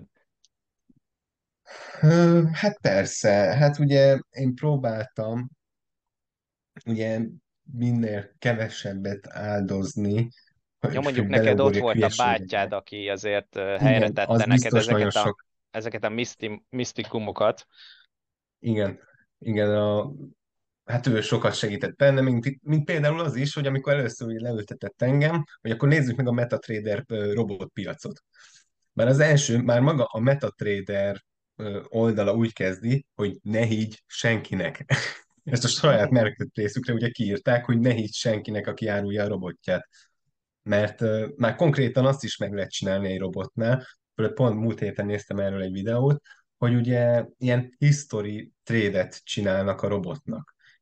Hát persze, hát ugye én próbáltam ugye minél kevesebbet áldozni, Ja, mondjuk hogy neked ott beleugorjak volt a hülyeségekbe. bátyád, aki azért helyre Igen, tette az neked biztos nagyon sok. ezeket a misztikumokat, Igen, igen, hát ő sokat segített benne, mint például az is, hogy amikor először ugye leültetett engem, hogy akkor nézzük meg a MetaTrader robotpiacot. Már maga a MetaTrader oldala úgy kezdi, hogy ne higgy senkinek. Ezt a saját marketplace-ükre ugye kiírták, hogy ne higgy senkinek, aki árulja a robotját. Mert már konkrétan azt is meg lehet csinálni egy robotnál, főleg pont múlt héten néztem erről egy videót, hogy ugye ilyen history trade-et csinálnak a robotnak.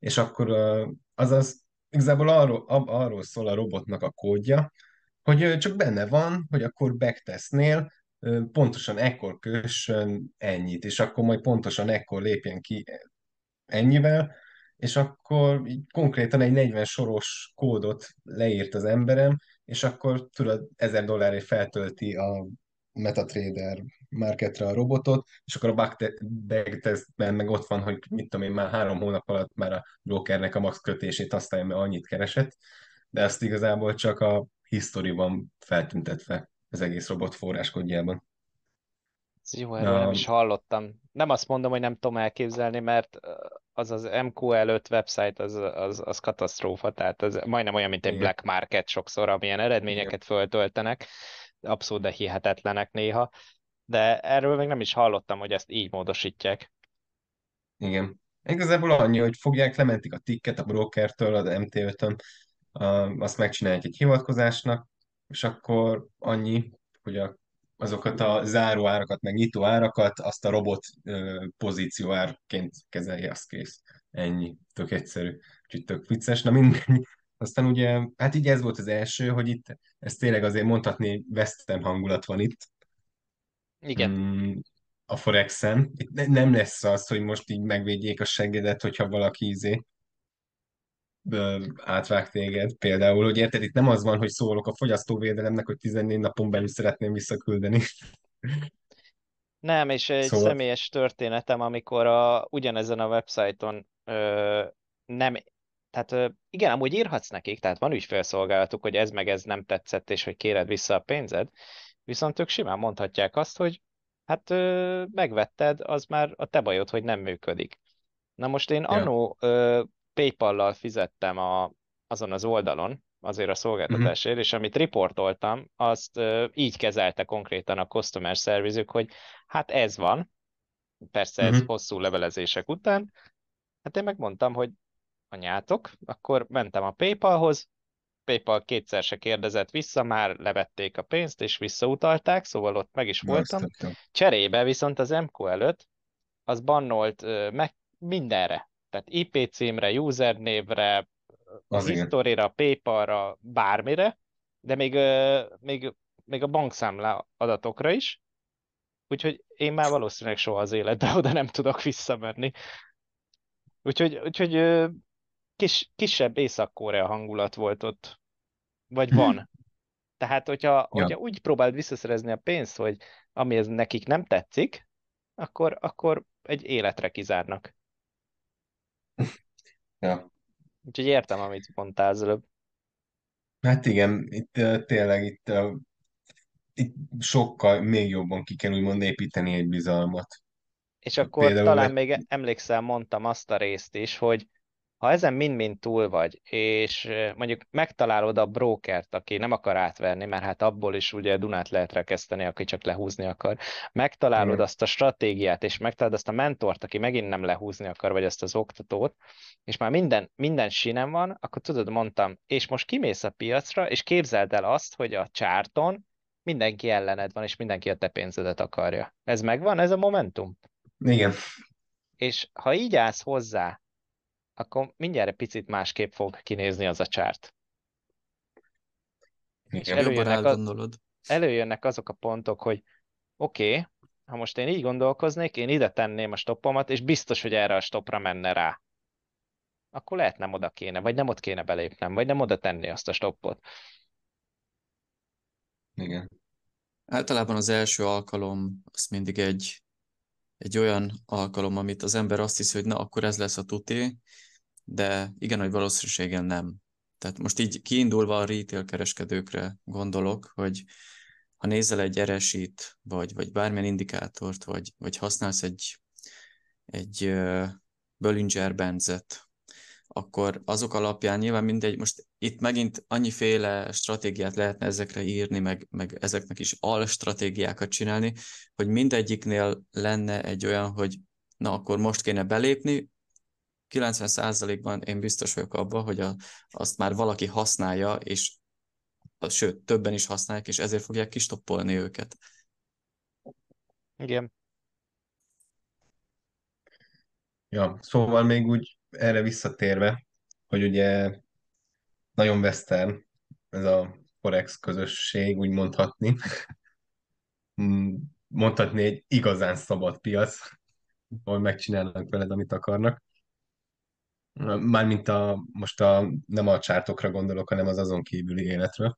és akkor azaz igazából arról szól a robotnak a kódja, hogy csak benne van, hogy akkor backtestnél pontosan ekkor kössön ennyit, és akkor majd pontosan ekkor lépjen ki ennyivel, és akkor így konkrétan egy 40 soros kódot leírt az emberem, és akkor tudod, $1000 feltölti a MetaTrader marketre a robotot, és akkor a backtestben meg ott van, hogy mit tudom én, már 3 hónap alatt már a brokernek a max kötését használja, mert annyit keresett, de azt igazából csak a history van feltüntetve az egész robot forráskódjában. Jó, erről nem Uh, is hallottam. Nem azt mondom, hogy nem tudom elképzelni, mert az MQ5 website az katasztrófa, tehát az majdnem olyan, mint egy igen, black market sokszor, amilyen igen, eredményeket föltöltenek, abszolút de hihetetlenek néha, de erről még nem is hallottam, hogy ezt így módosítják. igen. Igazából annyi, hogy fogják, lementik a ticket a brokertől, az MT5-ön, azt megcsinálják egy hivatkozásnak, és akkor annyi, hogy azokat a záró árakat, meg nyitó árakat, azt a robot pozíció árként kezelje, az kész. Ennyi. Tök egyszerű. Úgyhogy tök vicces. Na mindegy. Aztán ugye, hát így ez volt az első, hogy itt, ez tényleg azért mondhatni, western hangulat van itt, Igen. mm, a Forexen. Itt nem lesz az, hogy most így megvédjék a seggedet, hogyha valaki átvág téged. Például, hogy érted, itt nem az van, hogy szólok a fogyasztóvédelemnek, hogy 14 napon belül szeretném visszaküldeni. Nem, és egy Szóval, személyes történetem, amikor ugyanezen a websájton nem, tehát igen, amúgy írhatsz nekik, tehát van ügyfélszolgálatuk, hogy ez meg ez nem tetszett, és hogy kéred vissza a pénzed, viszont ők simán mondhatják azt, hogy hát megvetted, az már a te bajod, hogy nem működik. Na most én ja. annó PayPal-lal fizettem azon az oldalon, azért a Uh-huh. szolgáltatásért, és amit riportoltam, azt így kezelte konkrétan a customer service hogy hát ez van, persze ez Uh-huh. hosszú levelezések után, hát én megmondtam, hogy anyátok, akkor mentem a PayPalhoz, PayPal kétszer se kérdezett vissza, már levették a pénzt és visszautalták, szóval ott meg is Na, azt voltam. tök jó. Cserébe viszont az MQ előtt az bannolt meg mindenre. Tehát IP címre, usernévre, Az igen. historira, PayPal-ra, bármire, de még a bankszámla adatokra is. Úgyhogy én már valószínűleg soha az életben oda nem tudok visszamenni. Úgyhogy kisebb Észak-Korea hangulat volt ott. Vagy van. Tehát, Ja. hogyha úgy próbáld visszaszerezni a pénzt, hogy ami ez nekik nem tetszik, akkor egy életre kizárnak. Ja. Úgyhogy értem, amit mondtál az előbb. Hát igen, itt tényleg itt sokkal még jobban ki kell úgymond építeni egy bizalmat. És akkor Például, talán mert még emlékszel, mondtam azt a részt is, hogy ha ezen mind-mind túl vagy, és mondjuk megtalálod a brokert, aki nem akar átverni, mert hát abból is ugye Dunát lehet rekeszteni, aki csak lehúzni akar, megtalálod igen, azt a stratégiát, és megtalálod azt a mentort, aki megint nem lehúzni akar, vagy azt az oktatót, és már minden sinem van, akkor tudod, mondtam, és most kimész a piacra, és képzeld el azt, hogy a csárton mindenki ellened van, és mindenki a te pénzedet akarja. Ez megvan, ez a momentum? igen, És ha így állsz hozzá, akkor mindjárt egy picit másképp fog kinézni az a csárt. És igen. Jobban átgondolod. előjönnek azok a pontok, hogy oké, ha most én így gondolkoznék, én ide tenném a stoppomat, és biztos, hogy erre a stopra menne rá. Akkor lehet nem oda kéne, vagy nem ott kéne belépnem, vagy nem oda tenni azt a stoppot. Igen. Általában az első alkalom az mindig egy olyan alkalom, amit az ember azt hiszi, hogy na, akkor ez lesz a tuti, de igen, hogy valószínűséggel nem. Tehát most így kiindulva a retail kereskedőkre gondolok, hogy ha nézel egy RSI-t, vagy bármilyen indikátort, vagy használsz egy Bollinger Bandzet, akkor azok alapján nyilván mindegy, most itt megint annyiféle stratégiát lehetne ezekre írni, meg ezeknek is alstratégiákat csinálni, hogy mindegyiknél lenne egy olyan, hogy na akkor most kéne belépni, 90%-ban én biztos vagyok abban, hogy azt már valaki használja, és sőt, többen is használják, és ezért fogják kistoppolni őket. Igen. Ja, szóval még úgy erre visszatérve, hogy ugye nagyon western ez a Forex közösség, úgy mondhatni. Mondhatni egy igazán szabad piac, ahol megcsinálnak veled, amit akarnak. Mármint nem a csártokra gondolok, hanem az azon kívüli életre.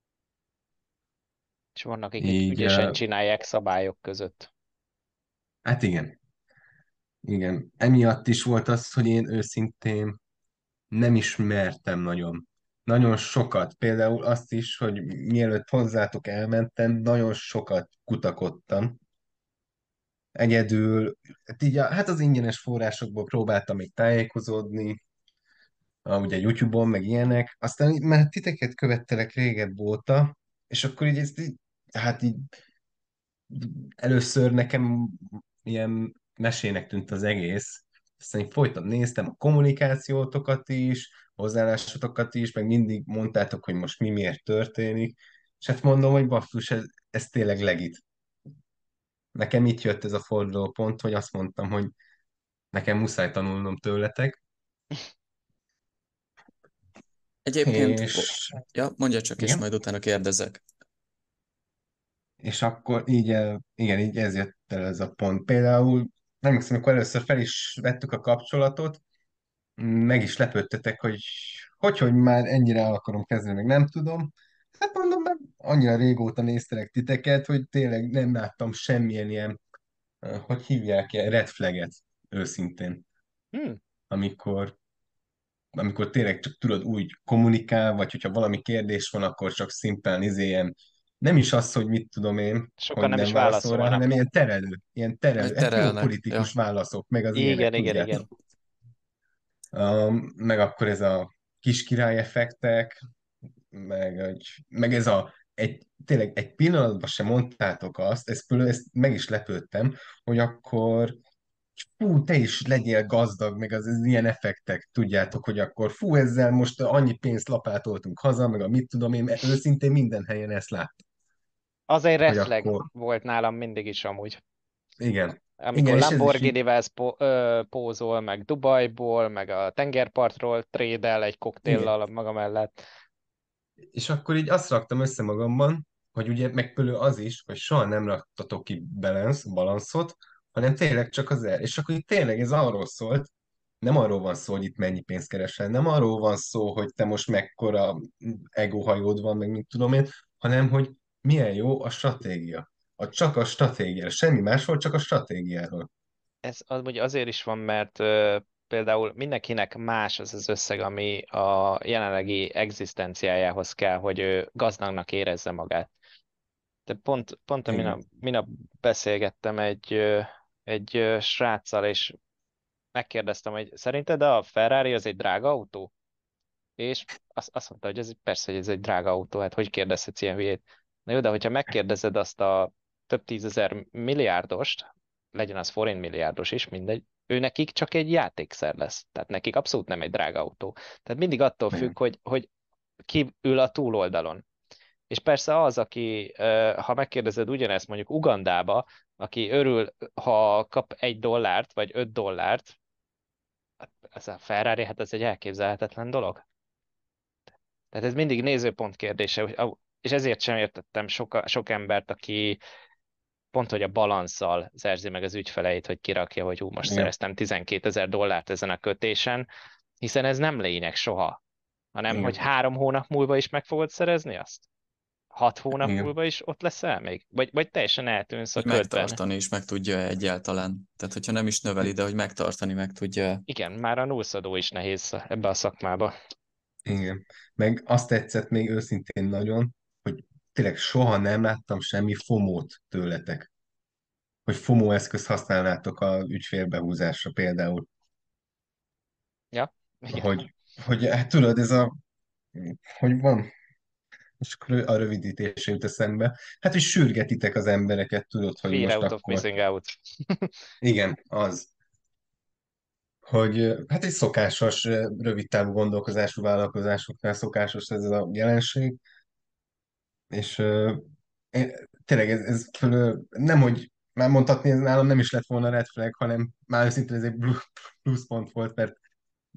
És vannak, akik Így, ügyesen csinálják szabályok között. hát igen, igen. Emiatt is volt az, hogy én őszintén nem ismertem nagyon. Nagyon sokat. Például azt is, hogy mielőtt hozzátok elmentem, nagyon sokat kutakodtam. Egyedül, hát így hát az ingyenes forrásokból próbáltam még tájékozódni, ugye YouTube-on, meg ilyenek. Aztán már titeket követtelek régebb óta, és akkor így ezt így, hát így először nekem ilyen mesének tűnt az egész, aztán így folyton néztem a kommunikációtokat is, hozzáállásotokat is, meg mindig mondtátok, hogy most mi miért történik, és hát mondom, hogy basszus, ez tényleg legit. Nekem itt jött ez a fordulópont, hogy azt mondtam, hogy nekem muszáj tanulnom tőletek, Egyébként, és ja, mondja csak, és igen. majd utána kérdezek. És akkor így, igen, így ez jött el ez a pont. Például, nem hiszem, amikor először fel is vettük a kapcsolatot, meg is lepődtetek, hogy már ennyire el akarom kezdeni, meg nem tudom. Hát mondom, mert annyira régóta néztelek titeket, hogy tényleg nem láttam semmilyen ilyen, hogy hívják ilyen red flaget, őszintén. Hmm. Amikor, amikor tényleg csak tudod úgy kommunikál, vagy hogyha valami kérdés van, akkor csak szimplán ilyen, nem is az, hogy mit tudom én, Sokan hogy nem is nem válaszol rá, hanem válaszolnak. ilyen Vagy terelő, hát jó terelnek, politikus ja. válaszok, meg az ilyenek, Igen, igen, tudjátok. igen. Meg akkor ez a kis király effektek, meg ez tényleg egy pillanatban sem mondtátok azt, ezt meg is lepődtem, hogy akkor fú, te is legyél gazdag, meg az ilyen effektek, tudjátok, hogy akkor fú, ezzel most annyi pénzt lapátoltunk haza, meg a mit tudom én, őszintén minden helyen ezt láttam, Az egy hogy refleg akkor volt nálam mindig is amúgy. igen, igen, Amikor és ez is így, Lamborghini-vel pózol, meg Dubajból, meg a tengerpartról trédel egy igen, koktéllal maga mellett. és akkor így azt raktam össze magamban, hogy ugye megpülő az is, hogy soha nem raktatok ki balanszot, hanem tényleg csak és akkor itt tényleg ez arról szólt, nem arról van szó, hogy itt mennyi pénzt keresel, nem arról van szó, hogy te most mekkora egóhajód van, meg mit tudom én, hanem hogy milyen jó a stratégia. Csak a stratégia, semmi másról, csak a stratégiáról. Ez amúgy azért is van, mert például mindenkinek más az az összeg, ami a jelenlegi egzisztenciájához kell, hogy ő gazdagnak érezze magát. De pont a Igen. minap beszélgettem egy sráccal, és megkérdeztem, hogy szerinted a Ferrari az egy drága autó? És azt mondta, hogy persze, hogy ez egy drága autó, hát hogy kérdezhetsz ilyen hülyét? Na jó, de hogyha megkérdezed azt a több tízezer milliárdost, legyen az forint milliárdos is, mindegy, ő nekik csak egy játékszer lesz. Tehát nekik abszolút nem egy drága autó. Tehát mindig attól Igen. függ, hogy ki ül a túloldalon. És persze az, aki, ha megkérdezed ugyanezt mondjuk Ugandába, aki örül, ha kap $1 vagy $5, hát ez a Ferrari, hát ez egy elképzelhetetlen dolog. Tehát ez mindig nézőpont kérdése, és ezért sem értettem sok embert, aki pont, hogy a balanszal szerzi meg az ügyfeleit, hogy kirakja, hogy hú, most Igen. szereztem $12,000 ezen a kötésen, hiszen ez nem lényeg soha, hanem hogy Igen. 3 hónap múlva is meg fogod szerezni azt? 6 hónap Igen. múlva is ott leszel még? Vagy teljesen eltűnsz a Hogy ködben? megtartani is meg tudja egyáltalán. Tehát, hogyha nem is növeli, de hogy megtartani meg tudja. Igen, már a nullszadó is nehéz ebbe a szakmába. Igen. Meg azt tetszett még őszintén nagyon, hogy tényleg soha nem láttam semmi FOMO-t tőletek. Hogy FOMO eszközt használnátok a ügyfélbehúzásra például. Ja, igen. Hogy hát tudod, hogy van, és akkor a rövidítése jut eszembe. Hát, hogy sürgetitek az embereket, tudod, hogy Fear most out of akkor, missing out. igen, az. Hogy hát egy szokásos, rövidtávú gondolkozású vállalkozásoknál szokásos ez a jelenség, és tényleg nem, hogy már mondhatni, ez nálam nem is lett volna red flag, hanem már őszintén ez egy pluszpont volt, mert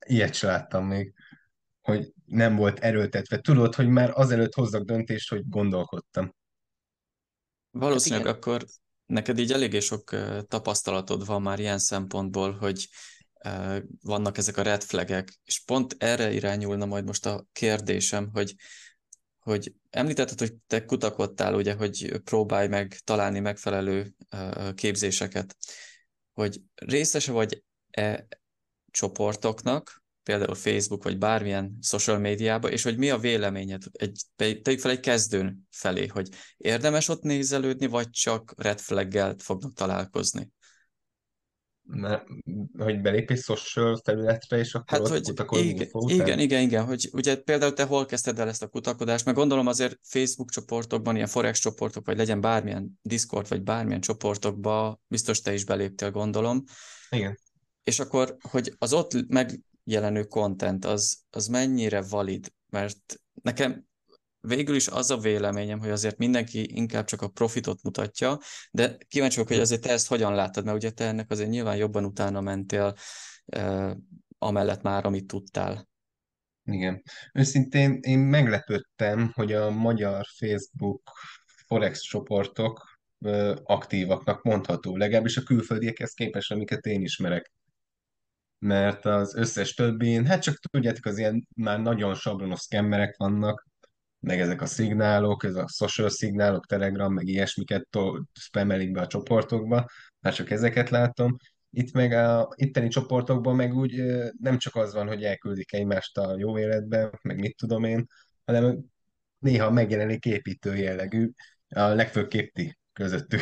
ilyet se láttam még, hogy nem volt erőltetve. Tudod, hogy már azelőtt hozzak döntést, hogy gondolkodtam. Hát Valószínűleg igen, akkor neked így eléggé sok tapasztalatod van már ilyen szempontból, hogy vannak ezek a red flagek, és pont erre irányulna majd most a kérdésem, hogy említetted, hogy te kutakodtál, ugye, hogy próbálj meg találni megfelelő képzéseket, hogy részese vagy csoportoknak, például Facebook vagy bármilyen social médiába, és hogy mi a véleményed tegyük fel egy kezdőn felé, hogy érdemes ott nézelődni, vagy csak red flaggel fognak találkozni. Mert, hogy belép egy social felületre, és akkor Hát, ott hogy kutakodunk igen, info igen, után? igen, igen, hogy ugye például te hol kezdted el ezt a kutakodást, mert gondolom azért Facebook csoportokban, ilyen Forex csoportok, vagy legyen bármilyen Discord, vagy bármilyen csoportokba, biztos te is beléptél, gondolom, Igen. és akkor, hogy az ott megjelenő content az mennyire valid, mert nekem végül is az a véleményem, hogy azért mindenki inkább csak a profitot mutatja, de kíváncsi vagyok, hogy Hm. azért te ezt hogyan láttad, mert ugye te ennek azért nyilván jobban utána mentél, amellett már, amit tudtál. Igen. Őszintén én meglepődtem, hogy a magyar Facebook Forex csoportok aktívaknak mondható, legalábbis a külföldiekhez képest, amiket én ismerek. Mert az összes többin, hát csak tudjátok, az ilyen már nagyon sablonos szkemmerek vannak, meg ezek a szignálok, ez a social szignálok, Telegram, meg ilyesmiket spamelik be a csoportokba, már csak ezeket látom. Itt meg a itteni csoportokban meg úgy nem csak az van, hogy elküldik egymást a jó életbe, meg mit tudom én, hanem néha megjelenik építő jellegű, a legfőképp ti közöttük.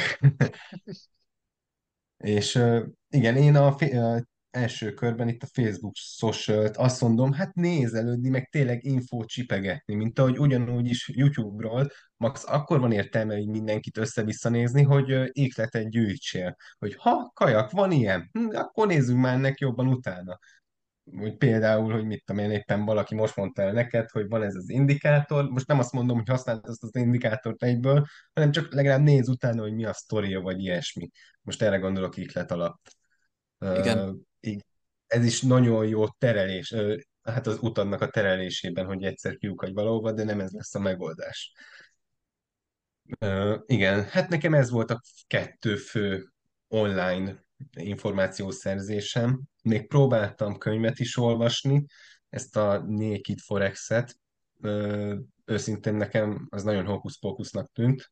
És igen, én első körben itt a Facebook social azt mondom, hát nézelődni, meg tényleg infót csipegetni, mint ahogy ugyanúgy is YouTube-ról, max akkor van értelme, hogy mindenkit össze-vissza nézni, hogy ékletet gyűjtsél. Hogy ha, kajak, van ilyen, akkor nézzünk már ennek jobban utána. Hogy például, hogy mit tudom én, éppen valaki most mondta el neked, hogy van ez az indikátor, most nem azt mondom, hogy használd azt az indikátort egyből, hanem csak legalább néz utána, hogy mi a sztoria, vagy ilyesmi. Most erre gondolok ihlet alatt. Igen, Így, ez is nagyon jó terelés, hát az utamnak a terelésében, hogy egyszer kiukadj valahova, de nem ez lesz a megoldás. Igen, hát nekem ez volt a kettő fő online információszerzésem. Még próbáltam könyvet is olvasni, ezt a Naked Forex-et. Őszintén nekem az nagyon hókusz-pókusznak tűnt,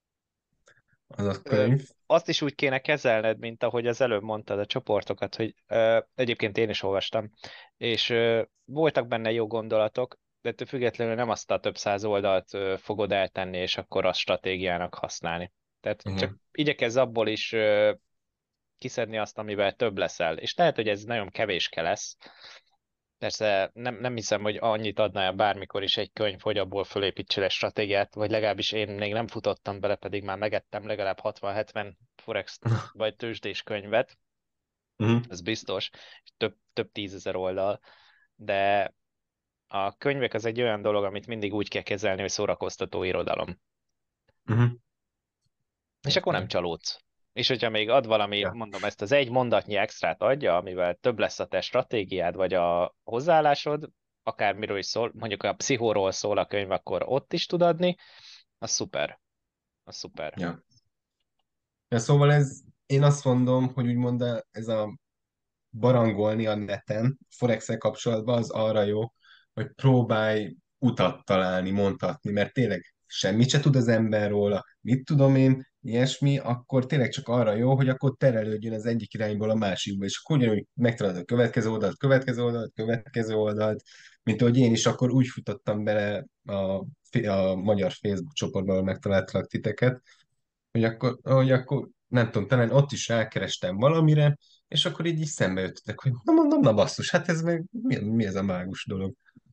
az a könyv. azt is úgy kéne kezelned, mint ahogy az előbb mondtad a csoportokat, hogy egyébként én is olvastam, és voltak benne jó gondolatok, de ettől függetlenül nem azt a több száz oldalt fogod eltenni, és akkor azt stratégiának használni. Tehát csak Igen. igyekezz abból is kiszedni azt, amivel több leszel. És lehet, hogy ez nagyon kevéske lesz. Persze nem hiszem, hogy annyit adná el bármikor is egy könyv, hogy abból fölépítsél egy stratégiát, vagy legalábbis én még nem futottam bele, pedig már megettem legalább 60-70 Forex vagy tőzsdés könyvet, Mhm, ez biztos, és több tízezer oldal, de a könyvek az egy olyan dolog, amit mindig úgy kell kezelni, hogy szórakoztató irodalom. mhm. És akkor nem Értem. csalódsz. És hogyha még ad valami, Ja. mondom, ezt az egy mondatnyi extrát adja, amivel több lesz a te stratégiád, vagy a hozzáállásod, akármiről is szól, mondjuk a pszichóról szól a könyv, akkor ott is tud adni, az szuper. Az szuper. Ja. Ja, szóval ez, én azt mondom, hogy úgymond ez a barangolni a neten, forex kapcsolatban az arra jó, hogy próbálj utat találni, mondhatni, mert tényleg semmit se tud az ember róla, mit tudom én, ilyesmi, akkor tényleg csak arra jó, hogy akkor terelődjön az egyik irányból a másikba, és akkor ugyanúgy megtalálod a következő oldalt, következő oldalt, következő oldalt, mint ahogy én is akkor úgy futottam bele a magyar Facebook csoportba, ahol megtaláltalak titeket, hogy akkor nem tudom, talán ott is rákerestem valamire, és akkor így szembe jöttetek, hogy na mondom, na basszus, hát ez meg mi ez a mágus dolog?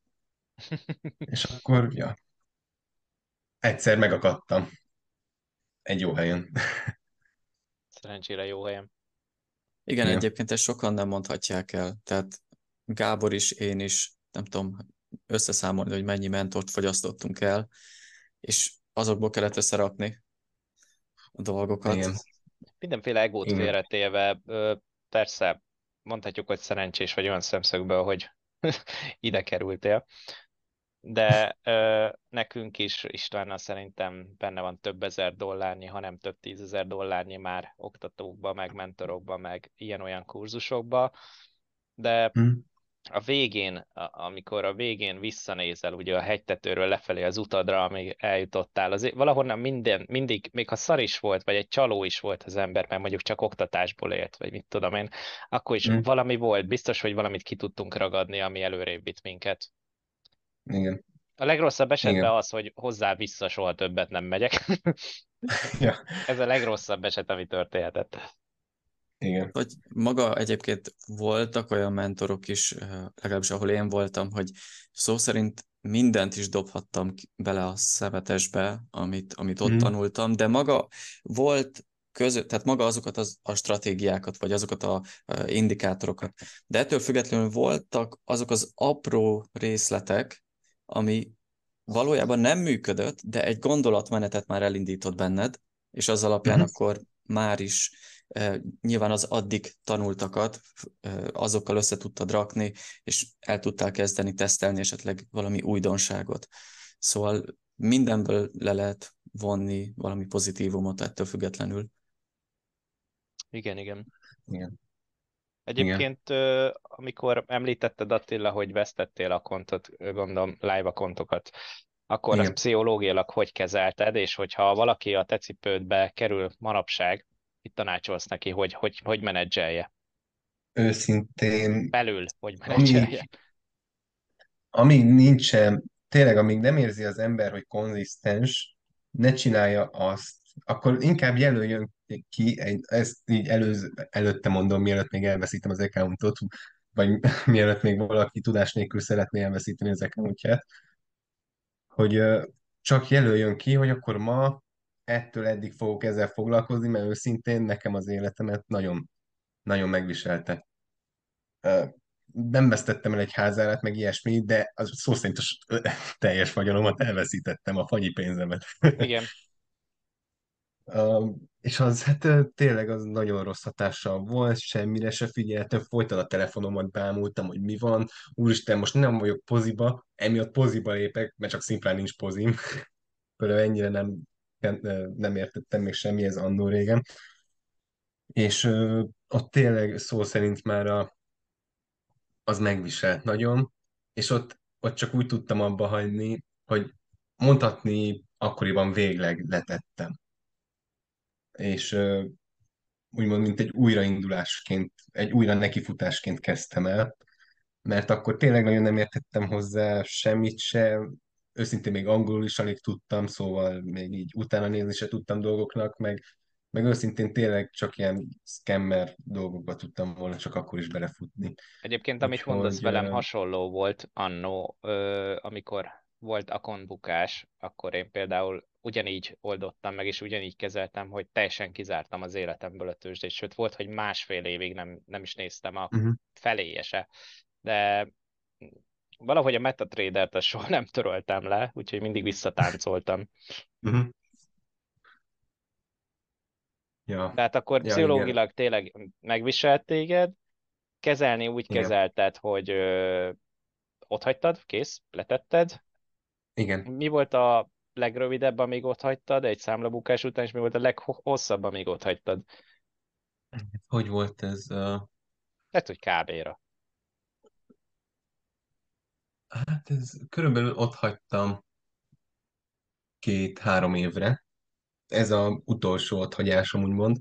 És akkor, ja, egyszer megakadtam egy jó helyen. Szerencsére jó helyen. igen, Igen, egyébként ezt sokan nem mondhatják el. Tehát Gábor is, én is, nem tudom összeszámolni, hogy mennyi mentort fogyasztottunk el, és azokból kellett összerakni a dolgokat. igen, Mindenféle egót igen. félretéve, persze mondhatjuk, hogy szerencsés vagy olyan szemszögből, hogy ide kerültél. De nekünk is Istvánnal szerintem benne van több ezer dollárnyi, ha nem több tízezer dollárnyi már oktatókba, meg mentorokba, meg ilyen-olyan kurzusokba, de Hm? a végén, amikor a végén visszanézel ugye a hegytetőről lefelé az utadra, amíg eljutottál, azért valahonnan mindig, még ha szar is volt, vagy egy csaló is volt az ember, mert mondjuk csak oktatásból élt, vagy mit tudom én, akkor is Hm? valami volt, biztos, hogy valamit ki tudtunk ragadni, ami előrébb vitt minket. Igen. A legrosszabb esetben Igen. az, hogy hozzá vissza soha többet nem megyek. Ja. Ez a legrosszabb eset, ami történhetett. Igen. Hogy maga egyébként voltak olyan mentorok is, legalábbis ahol én voltam, hogy szó szerint mindent is dobhattam bele a szemetesbe, amit ott Hm? tanultam, de maga volt tehát maga azokat a stratégiákat, vagy azokat a indikátorokat. De ettől függetlenül voltak azok az apró részletek, ami valójában nem működött, de egy gondolatmenetet már elindított benned, és az alapján Mhm. akkor már is nyilván az addig tanultakat azokkal össze tudtad rakni, és el tudtál kezdeni tesztelni esetleg valami újdonságot. Szóval mindenből le lehet vonni valami pozitívumot ettől függetlenül. Igen, igen. Igen. Igen. Egyébként, amikor említetted Attila, hogy vesztettél a kontot, gondolom live kontokat, akkor azt Igen. pszichológiailag hogy kezelted, és hogyha valaki a te cipődbe kerül manapság, mit tanácsolsz neki, hogy menedzselje? Őszintén, Belül, hogy amíg, menedzselje? amíg nincsen, tényleg amíg nem érzi az ember, hogy konzisztens, ne csinálja azt, akkor inkább jelöljön ki, ezt így előtte mondom, mielőtt még elveszítem az accountot, vagy mielőtt még valaki tudás nélkül szeretné elveszíteni az accountját, hogy csak jelöljön ki, hogy akkor ma ettől eddig fogok ezzel foglalkozni, mert őszintén nekem az életemet nagyon, nagyon megviselte. Ö, Nem vesztettem el egy házárát, meg ilyesmi, de az szó szerint teljes vagyonomat elveszítettem, a fagyi pénzemet. Igen. És az hát tényleg az nagyon rossz hatással volt, semmire se figyeltem, folyton a telefonomat bámultam, hogy mi van. Úristen, most nem vagyok poziba, emiatt poziba lépek, mert csak szimplán nincs pozim. Például ennyire nem értettem még semmihez annó régen. És ott tényleg szó szerint már az megviselt nagyon, és ott csak úgy tudtam abba hagyni, hogy mondhatni akkoriban végleg letettem. És úgymond, mint egy újraindulásként, egy újra nekifutásként kezdtem el, mert akkor tényleg nagyon nem értettem hozzá semmit se, őszintén még angolul is alig tudtam, szóval még így utána nézni se tudtam dolgoknak, meg őszintén tényleg csak ilyen scammer dolgokba tudtam volna csak akkor is belefutni. Egyébként, amit mondasz, Úgyhogy velem hasonló volt annó, amikor volt akontbukás, akkor én például ugyanígy oldottam meg, és ugyanígy kezeltem, hogy teljesen kizártam az életemből a tőzsdét, sőt volt, hogy másfél évig nem is néztem a uh-huh, feléje se. De valahogy a MetaTrader-t azt soha nem töröltem le, úgyhogy mindig visszatáncoltam. uh-huh. Ja, Tehát akkor ja, igen, pszichológilag tényleg megviselt téged, kezelni úgy igen, kezelted, hogy otthagytad, kész, letetted. igen. Mi volt a legrövidebb, amíg otthagytad egy számlabukás után, és mi volt a leghosszabb, amíg otthagytad? Hogy volt ez? Lehet, hogy kb-ra. Hát ez körülbelül ott hagytam 2-3 évre. Ez a utolsó otthagyásom, úgymond.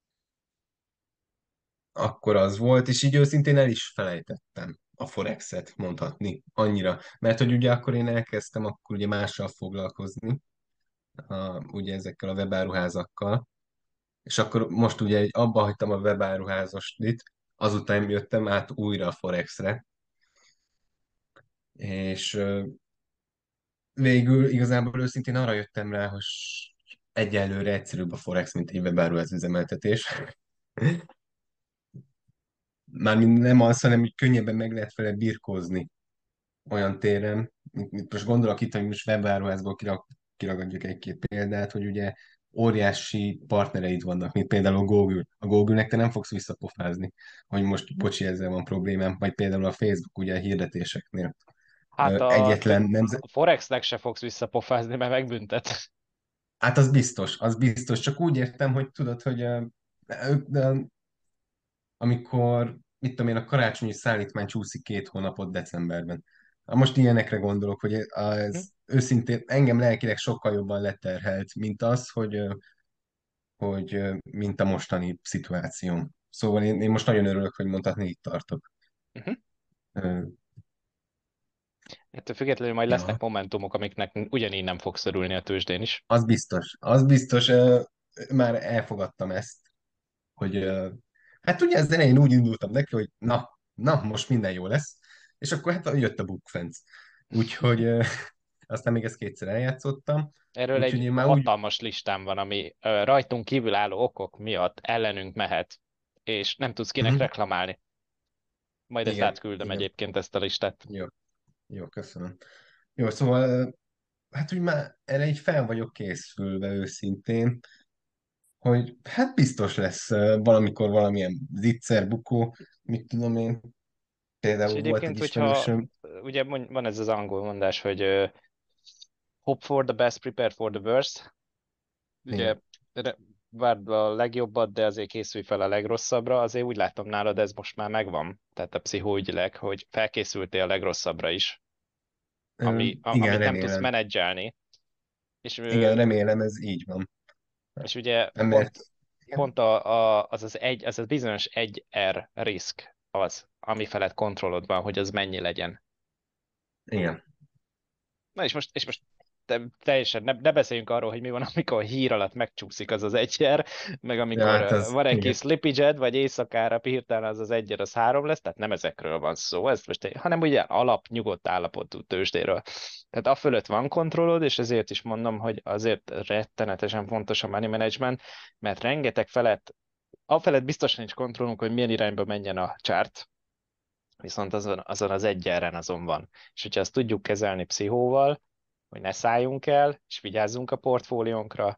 Akkor az volt, és így őszintén el is felejtettem a Forexet mondhatni annyira. Mert hogy ugye akkor én elkezdtem akkor ugye mással foglalkozni, ugye ezekkel a webáruházakkal, és akkor most ugye abba hagytam a webáruházastit, azután jöttem át újra a Forexre, és végül igazából őszintén arra jöttem rá, hogy egyelőre egyszerűbb a Forex, mint egy webáruház üzemeltetés. Mármint nem az, hanem hogy könnyebben meg lehet vele birkózni olyan téren, mint most gondolok itt, hogy most webáruházból kiragadjuk egy-két példát, hogy ugye óriási partnereid vannak, mint például a Google. A Google-nek te nem fogsz visszapofázni, hogy most bocsi, ezzel van problémám, vagy például a Facebook ugye a hirdetéseknél. Hát Egyetlen nemzet, a Forexnek se fogsz visszapofázni, mert megbüntet. hát az biztos, csak úgy értem, hogy tudod, hogy amikor, mit tudom én, a karácsonyi szállítmány csúszik 2 hónapot decemberben. Most ilyenekre gondolok, hogy Hm? ez őszintén engem lelkileg sokkal jobban leterhelt, mint az, hogy mint a mostani szituáció. Szóval én most nagyon örülök, hogy mondhatni itt tartok. Mhm. Ö, Ettől függetlenül majd Ja, lesznek momentumok, amiknek ugyanígy nem fogsz örülni a tőzsdén is. az biztos, már elfogadtam ezt, hogy hát ugye az elején úgy indultam neki, hogy na, most minden jó lesz, és akkor hát jött a bukfenc. Úgyhogy aztán még ezt kétszer eljátszottam, Erről úgyhogy egy én már úgy, hatalmas listám van, ami rajtunk kívül álló okok miatt ellenünk mehet, és nem tudsz kinek Mhm, reklamálni. Majd ezt igen, átküldöm igen, egyébként ezt a listát. jó, jó, köszönöm. Jó, szóval hát úgy már erre így fel vagyok készülve őszintén, hogy hát biztos lesz valamikor valamilyen zicser, bukó, mit tudom én. És Például volt egy egyébként, hogyha ismerősöm, ugye van ez az angol mondás, hogy hope for the best, prepare for the worst. Ugye igen, várd a legjobbat, de azért készülj fel a legrosszabbra. Azért úgy látom nálad, ez most már megvan. Tehát a pszichóügyileg, hogy felkészültél a legrosszabbra is, igen, amit nem tudsz remélem. menedzselni. És, Igen, remélem ez így van. és ugye Nem, mert... pont Igen, az a bizonyos 1R risk az, ami felett kontrollod van, hogy az mennyi legyen. igen. Na és most teljesen ne beszéljünk arról, hogy mi van, amikor a hír alatt megcsúszik az az egyer, meg Ja, amikor hát az, van egy kis igen, slippage vagy éjszakára hirtelen az az egyer az 3 lesz, tehát nem ezekről van szó, ez most hanem ugye nyugodt állapotú tőzsdéről. Tehát a fölött van kontrollod, és ezért is mondom, hogy azért rettenetesen fontos a money management, mert rengeteg felett, afelett biztosan nincs kontrollunk, hogy milyen irányba menjen a chart, viszont azon az egyelren azon van. És hogyha ezt tudjuk kezelni pszichóval, hogy ne szálljunk el, és vigyázzunk a portfóliónkra,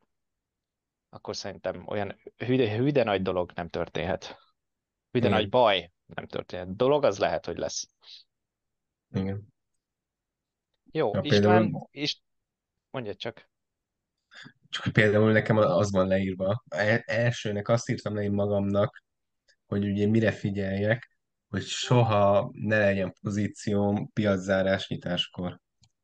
akkor szerintem olyan hűde nagy dolog nem történhet. Hűde nagy igen, baj nem történhet. Dolog az lehet, hogy lesz. igen. Jó, Ja, István, például, és mondja csak. csak például nekem az van leírva. Elsőnek azt írtam le én magamnak, hogy ugye mire figyeljek, hogy soha ne legyen pozícióm piaczárás nyitáskor.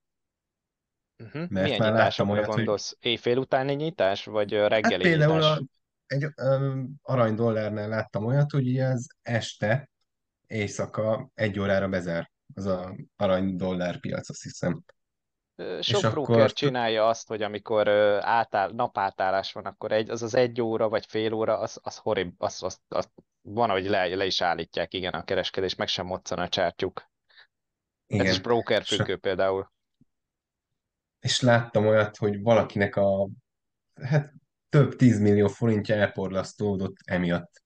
Mert Milyen már láttam nyitásokra olyat, hogy gondolsz? Éjfél utáni nyitás, vagy hát reggeli például nyitás? egy aranydollárnál láttam olyat, hogy ugye az este, éjszaka 1 órára bezár az a arany-dollár piac, azt hiszem. És Sok broker akkor, csinálja azt, hogy amikor napátállás van, akkor az 1 óra vagy fél óra, az horrib, az van, hogy le is állítják, igen, a kereskedés, meg sem moccan a csártyuk. Ez is igen, broker és, függő például. és láttam olyat, hogy valakinek hát több 10 millió forintja elporlasztódott emiatt.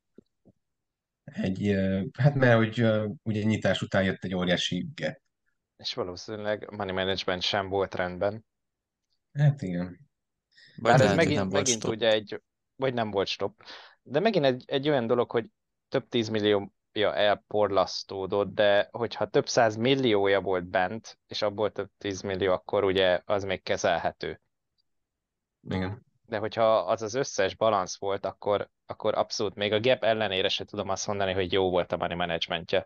Hát mert hogy ugye nyitás után jött egy óriási gap. És valószínűleg money management sem volt rendben. Hát igen, Vagy Bár ez lehet, hogy megint, nem volt megint stop. ugye vagy nem volt stop. De megint egy olyan dolog, hogy több 10 milliója elporlasztódott, de hogyha több 100 milliója volt bent, és abból több 10 millió, akkor ugye az még kezelhető. igen, De hogyha az az összes balansz volt, akkor abszolút még a gap ellenére se tudom azt mondani, hogy jó volt a money managementje.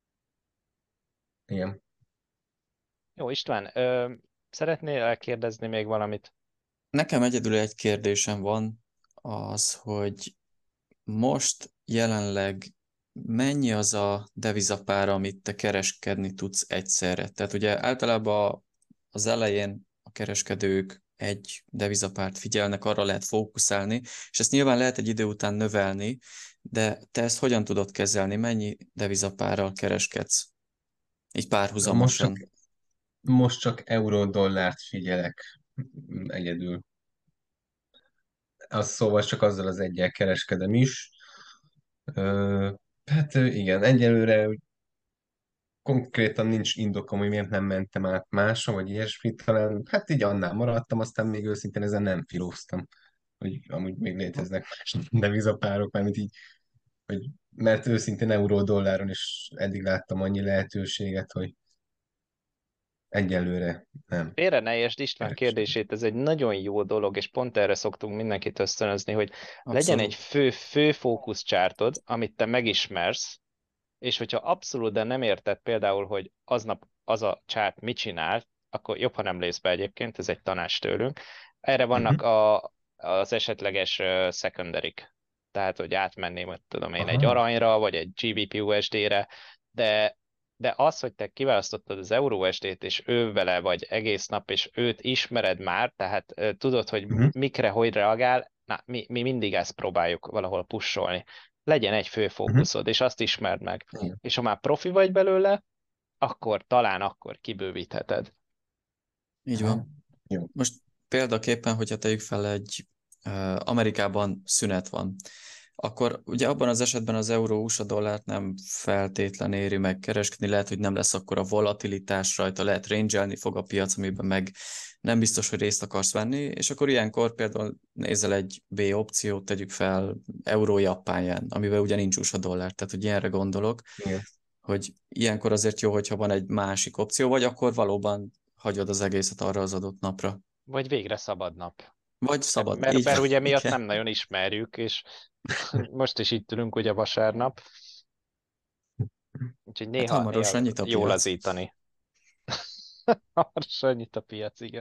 igen. Jó, István, szeretnél elkérdezni még valamit? Nekem egyedül egy kérdésem van, az, hogy most jelenleg mennyi az a devizapár, amit te kereskedni tudsz egyszerre? Tehát ugye általában az elején a kereskedők egy devizapárt figyelnek, arra lehet fókuszálni, és ezt nyilván lehet egy idő után növelni, de te ezt hogyan tudod kezelni? Mennyi devizapárral kereskedsz? Így Most csak, párhuzamosan. most csak euró-dollárt figyelek egyedül. Az szóval csak azzal az egyel kereskedem is. Ö, hát igen, egyelőre konkrétan nincs indokom, hogy miért nem mentem át másra, vagy ilyesmi, talán hát így annál maradtam, aztán még őszintén ezen nem filóztam. hogy amúgy még léteznek más devizapárok, mármint így, hogy, mert őszintén euró-dolláron is eddig láttam annyi lehetőséget, hogy egyelőre nem. Félre ne értsd István Keresem. kérdését, ez egy nagyon jó dolog, és pont erre szoktunk mindenkit ösztönözni, hogy legyen egy Abszolút. fő fókuszcsártod, amit te megismersz, és hogyha abszolút de nem érted például, hogy aznap az a csárt mit csinál, akkor jobb, ha nem lépsz be egyébként, ez egy tanács tőlünk. Erre vannak Uh-huh. az esetleges secondaryk. Tehát, hogy átmenném, hogy tudom én, egy Aha. aranyra, vagy egy GBP USD-re, de, de az, hogy te kiválasztottad az Euro USD-t, és ő vele vagy egész nap, és őt ismered már, tehát tudod, hogy Uh-huh. mikre, hogy reagál, na, mi mindig ezt próbáljuk valahol pusolni. Legyen egy fő Uh-huh. fókuszod, és azt ismerd meg. Igen. És ha már profi vagy belőle, akkor talán akkor kibővítheted. Így Aha. van. Jó. Most példaképpen, hogyha tegyük fel Amerikában szünet van, akkor ugye abban az esetben az euró-USA dollárt nem feltétlen éri meg kereskedni, lehet, hogy nem lesz akkor a volatilitás rajta, lehet rangelni fog a piac, amiben meg nem biztos, hogy részt akarsz venni, és akkor ilyenkor például nézel egy B opciót, tegyük fel euró-japán yen, amiben ugye nincs USA dollár, tehát hogy ilyenre gondolok, Igen. hogy ilyenkor azért jó, hogyha van egy másik opció, vagy akkor valóban hagyod az egészet arra az adott napra. Vagy végre szabad nap. Vagy szabad, így Mert van, ugye miatt igen. nem nagyon ismerjük, és most is itt ülünk ugye vasárnap, úgyhogy Hát néha hamarosan nyit a jó piac. lazítani. Hamarosan nyit a piac, igen.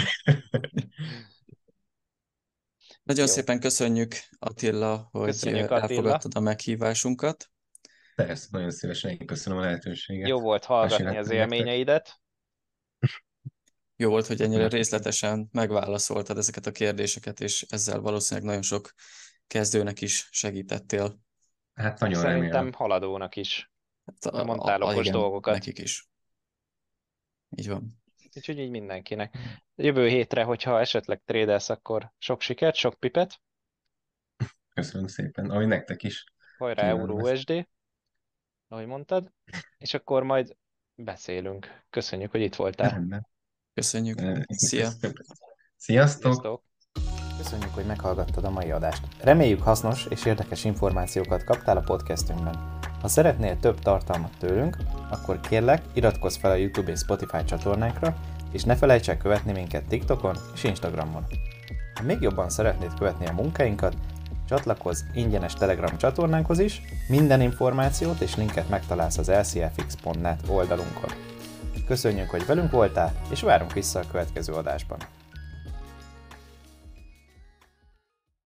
Nagyon Jó. szépen köszönjük, Attila, hogy Köszönjük, Attila. elfogadtad a meghívásunkat. Persze, nagyon szívesen én köszönöm a Jó lehetőséget. volt hallgatni az Mesélhettem nektek. élményeidet. Jó volt, hogy ennyire Köszönöm. részletesen megválaszoltad ezeket a kérdéseket, és ezzel valószínűleg nagyon sok kezdőnek is segítettél. Hát nagyon Szerintem remélem. haladónak is. Hát, Te mondtál okos igen, dolgokat. nekik is. Így van. Úgyhogy így mindenkinek. Jövő hétre, hogyha esetleg trédelsz, akkor sok sikert, sok pipet. Köszönöm szépen. Ahogy nektek is. Hajrá Kívánom Euró ezt. USD, ahogy mondtad. És akkor majd beszélünk. Köszönjük, hogy itt voltál. Rendben. Köszönjük. Szia! Sziasztok! Sziasztok! Köszönjük, hogy meghallgattad a mai adást. Reméljük hasznos és érdekes információkat kaptál a podcastünkben. Ha szeretnél több tartalmat tőlünk, akkor kérlek, iratkozz fel a YouTube és Spotify csatornánkra, és ne felejts el követni minket TikTokon és Instagramon. Ha még jobban szeretnéd követni a munkáinkat, csatlakozz ingyenes Telegram csatornánkhoz is, minden információt és linket megtalálsz az lcfx.net oldalunkon. Köszönjük, hogy velünk voltál, és várunk vissza a következő adásban.